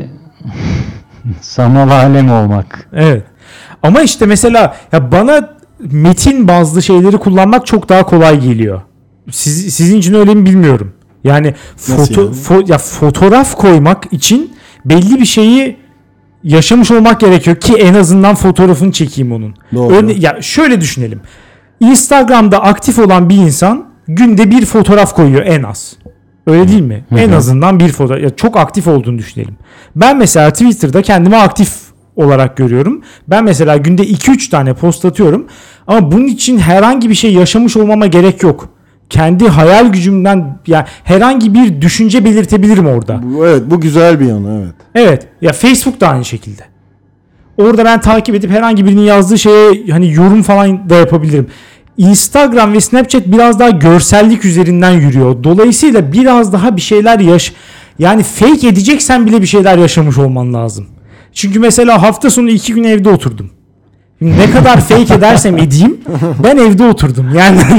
sanal alem olmak. Evet. Ama işte mesela ya bana metin bazlı şeyleri kullanmak çok daha kolay geliyor. Siz, sizin için öyle mi bilmiyorum. Yani foto, yani? fo, ya fotoğraf koymak için belli bir şeyi yaşamış olmak gerekiyor ki en azından fotoğrafını çekeyim onun. Doğru. Örne- ya şöyle düşünelim. Instagram'da aktif olan bir insan günde bir fotoğraf koyuyor en az. Öyle değil mi? Hı hı. En azından bir fotoğraf. Ya çok aktif olduğunu düşünelim. Ben mesela Twitter'da kendimi aktif olarak görüyorum. Ben mesela günde iki üç tane post atıyorum. Ama bunun için herhangi bir şey yaşamış olmama gerek yok. Kendi hayal gücümden yani herhangi bir düşünce belirtebilirim orada. Bu, evet bu güzel bir yanı evet. Evet. Ya Facebook da aynı şekilde. Orada ben takip edip herhangi birinin yazdığı şeye hani yorum falan da yapabilirim. Instagram ve Snapchat biraz daha görsellik üzerinden yürüyor. Dolayısıyla biraz daha bir şeyler yaş yani fake edeceksen bile bir şeyler yaşamış olman lazım. Çünkü mesela hafta sonu iki gün evde oturdum. Şimdi ne kadar fake edersem edeyim ben evde oturdum. Yani hani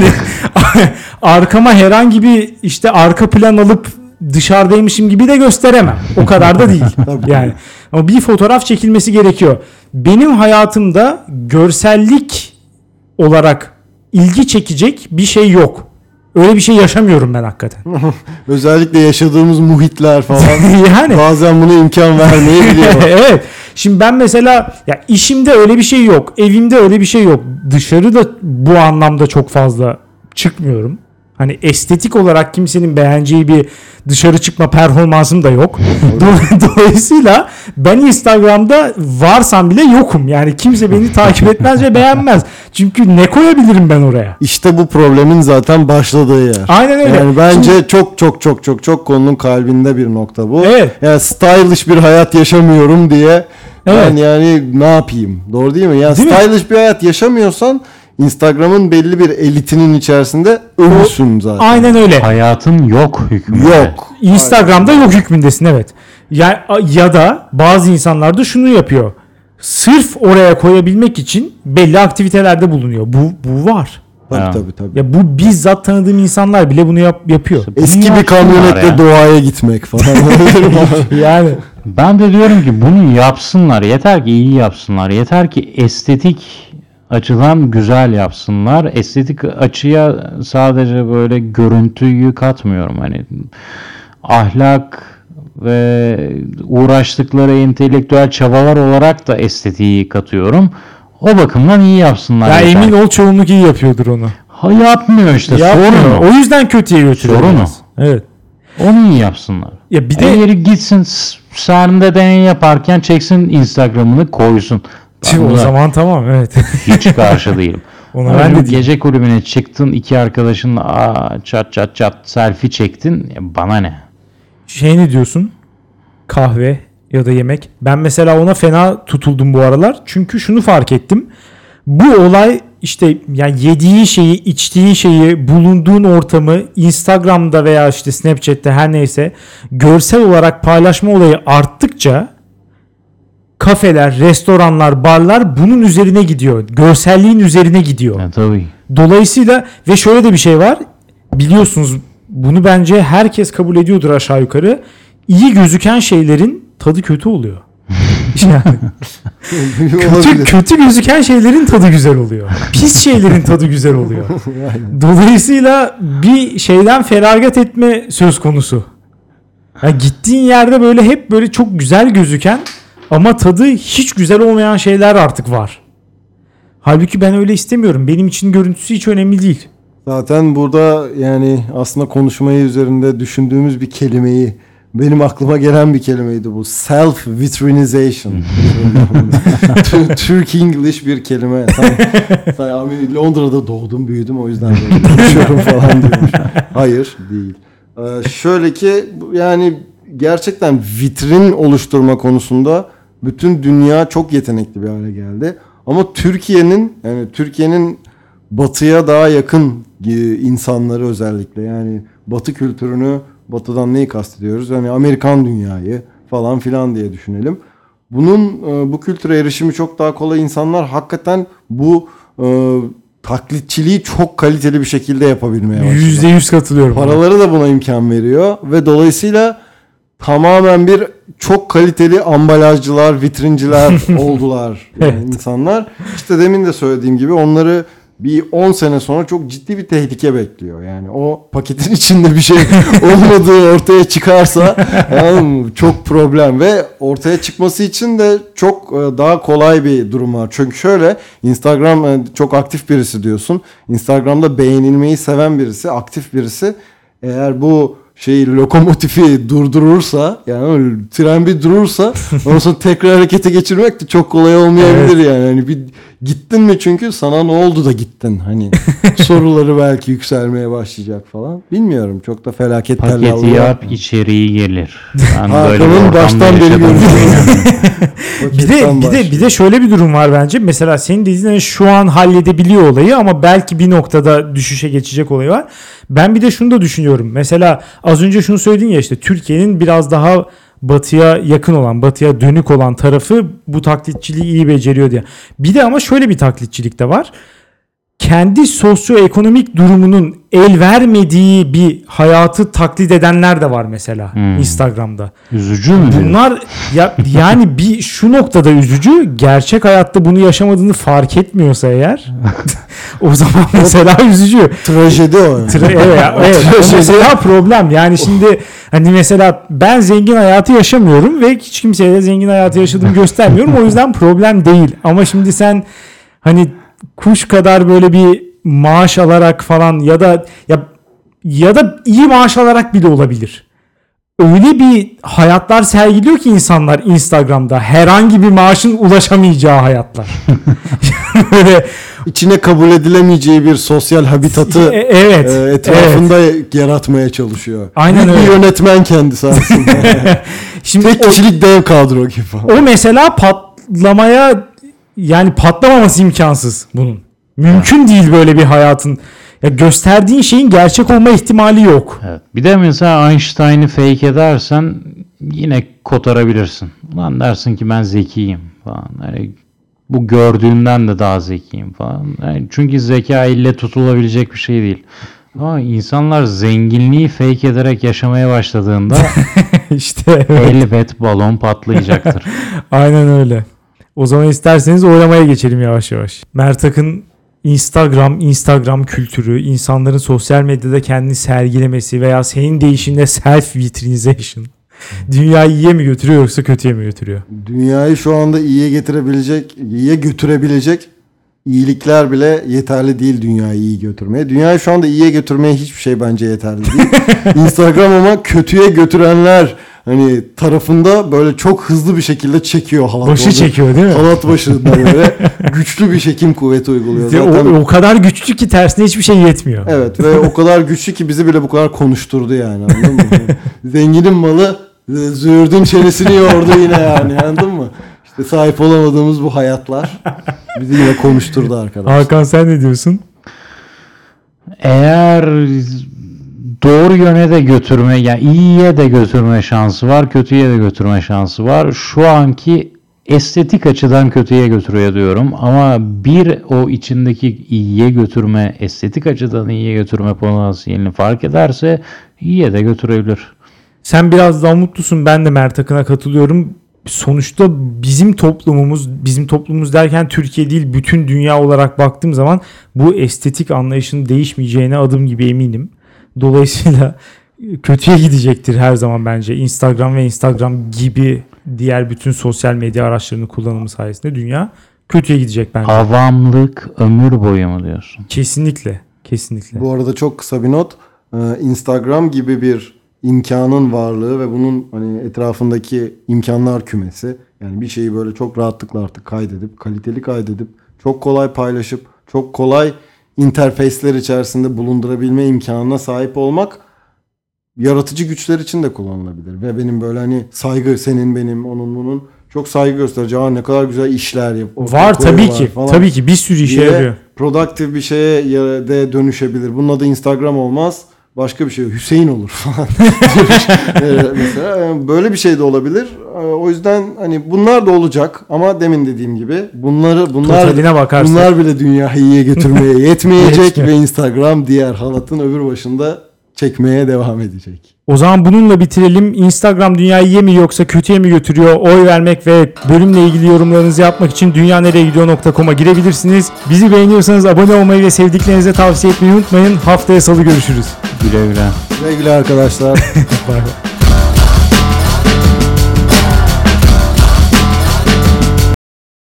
arkama herhangi bir işte arka plan alıp dışarıdaymışım gibi de gösteremem. O kadar da değil. Yani ama bir fotoğraf çekilmesi gerekiyor. Benim hayatımda görsellik olarak ilgi çekecek bir şey yok. Öyle bir şey yaşamıyorum ben hakikaten. Özellikle yaşadığımız muhitler falan Yani bazen buna imkan vermeyebiliyor. evet. Şimdi ben mesela ya işimde öyle bir şey yok. Evimde öyle bir şey yok. Dışarıda bu anlamda çok fazla çıkmıyorum. Hani estetik olarak kimsenin beğeneceği bir dışarı çıkma performansım da yok. Dolayısıyla ben Instagram'da varsam bile yokum. Yani kimse beni takip etmez ve beğenmez. Çünkü ne koyabilirim ben oraya? İşte bu problemin zaten başladığı yer. Aynen öyle. Yani bence Şimdi- çok çok çok çok çok konunun kalbinde bir nokta bu. Evet. Yani stylish bir hayat yaşamıyorum diye Evet. ben yani ne yapayım? Doğru değil mi? Yani Değil mi? stylish bir hayat yaşamıyorsan Instagram'ın belli bir elitinin içerisinde ölüsün zaten. Aynen öyle. Hayatın yok hükmünde. Yok. Instagram'da yok hükmündesin evet. Ya, ya da bazı insanlar da şunu yapıyor. Sırf oraya koyabilmek için belli aktivitelerde bulunuyor. Bu bu var. Tabii Ha. tabii tabii. Ya bu bizzat tanıdığım insanlar bile bunu yap, yapıyor. Eski Bunu bir kamyonetle yapsınlar ya. doğaya gitmek falan. Yani Ben de diyorum ki bunu yapsınlar. Yeter ki iyi yapsınlar. Yeter ki estetik açıdan güzel yapsınlar. Estetik açıya sadece böyle görüntüyü katmıyorum. Hani ahlak ve uğraştıkları entelektüel çabalar olarak da estetiği katıyorum. O bakımdan iyi yapsınlar. ya yeter emin ki. ol çoğunluk iyi yapıyordur onu. Ha, yapmıyor işte. Yapmıyor. Sorun O o. yüzden kötüye götürüyor. Sorun o. biraz. Evet. Onu iyi yapsınlar. Ya bir de Eğeri gitsin s- sahnede deney yaparken çeksin Instagram'ını koysun. Ben o buna zaman tamam evet. hiç karşı değilim. Ona Ama ben de şimdi değilim. gece kulübüne çıktın iki arkadaşınla aa, çat çat çat selfie çektin. Ya bana ne? Şey ne diyorsun? Kahve ya da yemek. Ben mesela ona fena tutuldum bu aralar. Çünkü şunu fark ettim. Bu olay işte yani yediği şeyi, içtiği şeyi, bulunduğun ortamı Instagram'da veya işte Snapchat'te her neyse görsel olarak paylaşma olayı arttıkça kafeler, restoranlar, barlar bunun üzerine gidiyor. Görselliğin üzerine gidiyor. Ya, tabii. Dolayısıyla ve şöyle de bir şey var. Biliyorsunuz bunu bence herkes kabul ediyordur aşağı yukarı. İyi gözüken şeylerin tadı kötü oluyor. Yani kötü, Olabilir. kötü gözüken şeylerin tadı güzel oluyor. Pis şeylerin tadı güzel oluyor. Dolayısıyla bir şeyden feragat etme söz konusu. Yani gittiğin yerde böyle hep böyle çok güzel gözüken ama tadı hiç güzel olmayan şeyler artık var. Halbuki ben öyle istemiyorum. Benim için görüntüsü hiç önemli değil. Zaten burada yani aslında konuşmayı üzerinde düşündüğümüz bir kelimeyi benim aklıma gelen bir kelimeydi bu. Self vitrinization. Türk English bir kelime. Sen, sen abi Londra'da doğdum büyüdüm o yüzden böyle konuşuyorum falan diyormuş. Hayır değil. Ee, şöyle ki yani gerçekten vitrin oluşturma konusunda bütün dünya çok yetenekli bir hale geldi. Ama Türkiye'nin yani Türkiye'nin batıya daha yakın insanları özellikle yani batı kültürünü batıdan neyi kastediyoruz? Yani Amerikan dünyayı falan filan diye düşünelim. Bunun bu kültüre erişimi çok daha kolay insanlar hakikaten bu e, taklitçiliği çok kaliteli bir şekilde yapabilmeye başladı. yüzde yüz katılıyorum. Paraları da buna imkan veriyor ve dolayısıyla tamamen bir çok kaliteli ambalajcılar, vitrinciler oldular yani Evet. insanlar. İşte demin de söylediğim gibi onları bir on sene sonra çok ciddi bir tehlike bekliyor. Yani o paketin içinde bir şey olmadığı ortaya çıkarsa yani çok problem ve ortaya çıkması için de çok daha kolay bir durum var. Çünkü şöyle, Instagram çok aktif birisi diyorsun. Instagram'da beğenilmeyi seven birisi, aktif birisi. Eğer bu şeyi, lokomotifi durdurursa, yani tren bir durursa ondan sonra tekrar harekete geçirmek de çok kolay olmayabilir. Evet. Yani hani bir gittin mi, çünkü sana ne oldu da gittin, hani soruları belki yükselmeye başlayacak falan, bilmiyorum, çok da felaket paketi yap yani. İçeriği gelir. Ben böyle baştan beri bir de bir de bir de şöyle bir durum var bence. Mesela senin dediğin şu an halledebiliyor olayı ama belki bir noktada düşüşe geçecek olayı var. Ben bir de şunu da düşünüyorum. Mesela az önce şunu söyledin ya, işte Türkiye'nin biraz daha batıya yakın olan, batıya dönük olan tarafı bu taklitçiliği iyi beceriyor diye. Bir de ama şöyle bir taklitçilik de var. Kendi sosyoekonomik durumunun el vermediği bir hayatı taklit edenler de var mesela hmm. Instagram'da. Üzücü mü? Bunlar ya, yani bir şu noktada üzücü. Gerçek hayatta bunu yaşamadığını fark etmiyorsa eğer o zaman mesela üzücü. Trajedi o. Tra- evet, evet. O mesela problem. Yani şimdi hani mesela ben zengin hayatı yaşamıyorum ve hiç kimseye de zengin hayatı yaşadığımı göstermiyorum. O yüzden problem değil. Ama şimdi sen hani kuş kadar böyle bir maaş alarak falan ya da ya ya da iyi maaş alarak bile olabilir. Öyle bir hayatlar sergiliyor ki insanlar Instagram'da, herhangi bir maaşın ulaşamayacağı hayatlar. Böyle içine kabul edilemeyeceği bir sosyal habitatı e, evet, e, etrafında evet. yaratmaya çalışıyor. Aynen öyle. Bir yönetmen kendisi aslında. Şimdi tek kişilik dev kadro gibi falan. O mesela patlamaya, yani patlamaması imkansız bunun. Mümkün evet. değil böyle bir hayatın. Ya gösterdiğin şeyin gerçek olma ihtimali yok. Evet. Bir de mesela Einstein'ı fake edersen yine kotarabilirsin. Ulan dersin ki ben zekiyim falan. Yani bu gördüğünden de daha zekiyim falan. Yani çünkü zeka elle tutulabilecek bir şey değil. Ama insanlar zenginliği fake ederek yaşamaya başladığında işte evet. elbet balon patlayacaktır. Aynen öyle. O zaman isterseniz oylamaya geçelim yavaş yavaş. Mert Akın Instagram, Instagram kültürü, insanların sosyal medyada kendini sergilemesi veya senin deyişinle self vitrinization dünyayı iyiye mi götürüyor yoksa kötüye mi götürüyor? Dünyayı şu anda iyiye getirebilecek, iyiye götürebilecek iyilikler bile yeterli değil dünyayı iyi götürmeye. Dünyayı şu anda iyiye götürmeye hiçbir şey bence yeterli değil. Instagram ama kötüye götürenler hani tarafında böyle çok hızlı bir şekilde çekiyor halat. Başı çekiyor değil mi? Halat başında böyle güçlü bir çekim kuvveti uyguluyor. Zaten o, o kadar güçlü ki tersine hiçbir şey yetmiyor. Evet ve o kadar güçlü ki bizi bile bu kadar konuşturdu yani, anladın mı? Zenginin malı züğürdün çenesini yordu yine yani, anladın mı? İşte sahip olamadığımız bu hayatlar bizi yine konuşturdu arkadaşlar. Hakan sen ne diyorsun? Eğer doğru yöne de götürme, yani iyiye de götürme şansı var, kötüye de götürme şansı var. Şu anki estetik açıdan kötüye götürüyor diyorum. Ama bir o içindeki iyiye götürme, estetik açıdan iyiye götürme potansiyelini fark ederse iyiye de götürebilir. Sen biraz daha mutlusun. Ben de Mert Akın'a katılıyorum. Sonuçta bizim toplumumuz, bizim toplumumuz derken Türkiye değil bütün dünya olarak baktığım zaman bu estetik anlayışın değişmeyeceğine adım gibi eminim. Dolayısıyla kötüye gidecektir her zaman bence. Instagram ve Instagram gibi diğer bütün sosyal medya araçlarını kullanımı sayesinde dünya kötüye gidecek bence. Avamlık ömür boyu mu diyorsun? Kesinlikle. Kesinlikle. Bu arada çok kısa bir not. Instagram gibi bir imkanın varlığı ve bunun hani etrafındaki imkanlar kümesi, yani bir şeyi böyle çok rahatlıkla artık kaydedip, kaliteli kaydedip, çok kolay paylaşıp, çok kolay interface'ler içerisinde bulundurabilme imkanına sahip olmak yaratıcı güçler için de kullanılabilir. Ve benim böyle hani saygı, senin benim onun bunun çok saygı göstereceği, aa ne kadar güzel işler yap. Var tabii ki. Falan. Tabii ki bir sürü işe yarıyor. Produktif bir şeye de dönüşebilir. Bunun adı Instagram olmaz. Başka bir şey, Hüseyin olur falan. Mesela böyle bir şey de olabilir. O yüzden hani bunlar da olacak ama demin dediğim gibi bunları bunlar bunlar bile dünyayı iyiye götürmeye yetmeyecek ve Instagram diğer halatın öbür başında çekmeye devam edecek. O zaman bununla bitirelim. Instagram dünyayı iyi mi yoksa kötüye mi götürüyor? Oy vermek ve bölümle ilgili yorumlarınızı yapmak için dünyanereyegidiyor nokta com'a girebilirsiniz. Bizi beğeniyorsanız abone olmayı ve sevdiklerinize tavsiye etmeyi unutmayın. Haftaya salı görüşürüz. Güle güle. Güle güle arkadaşlar. Bay bay.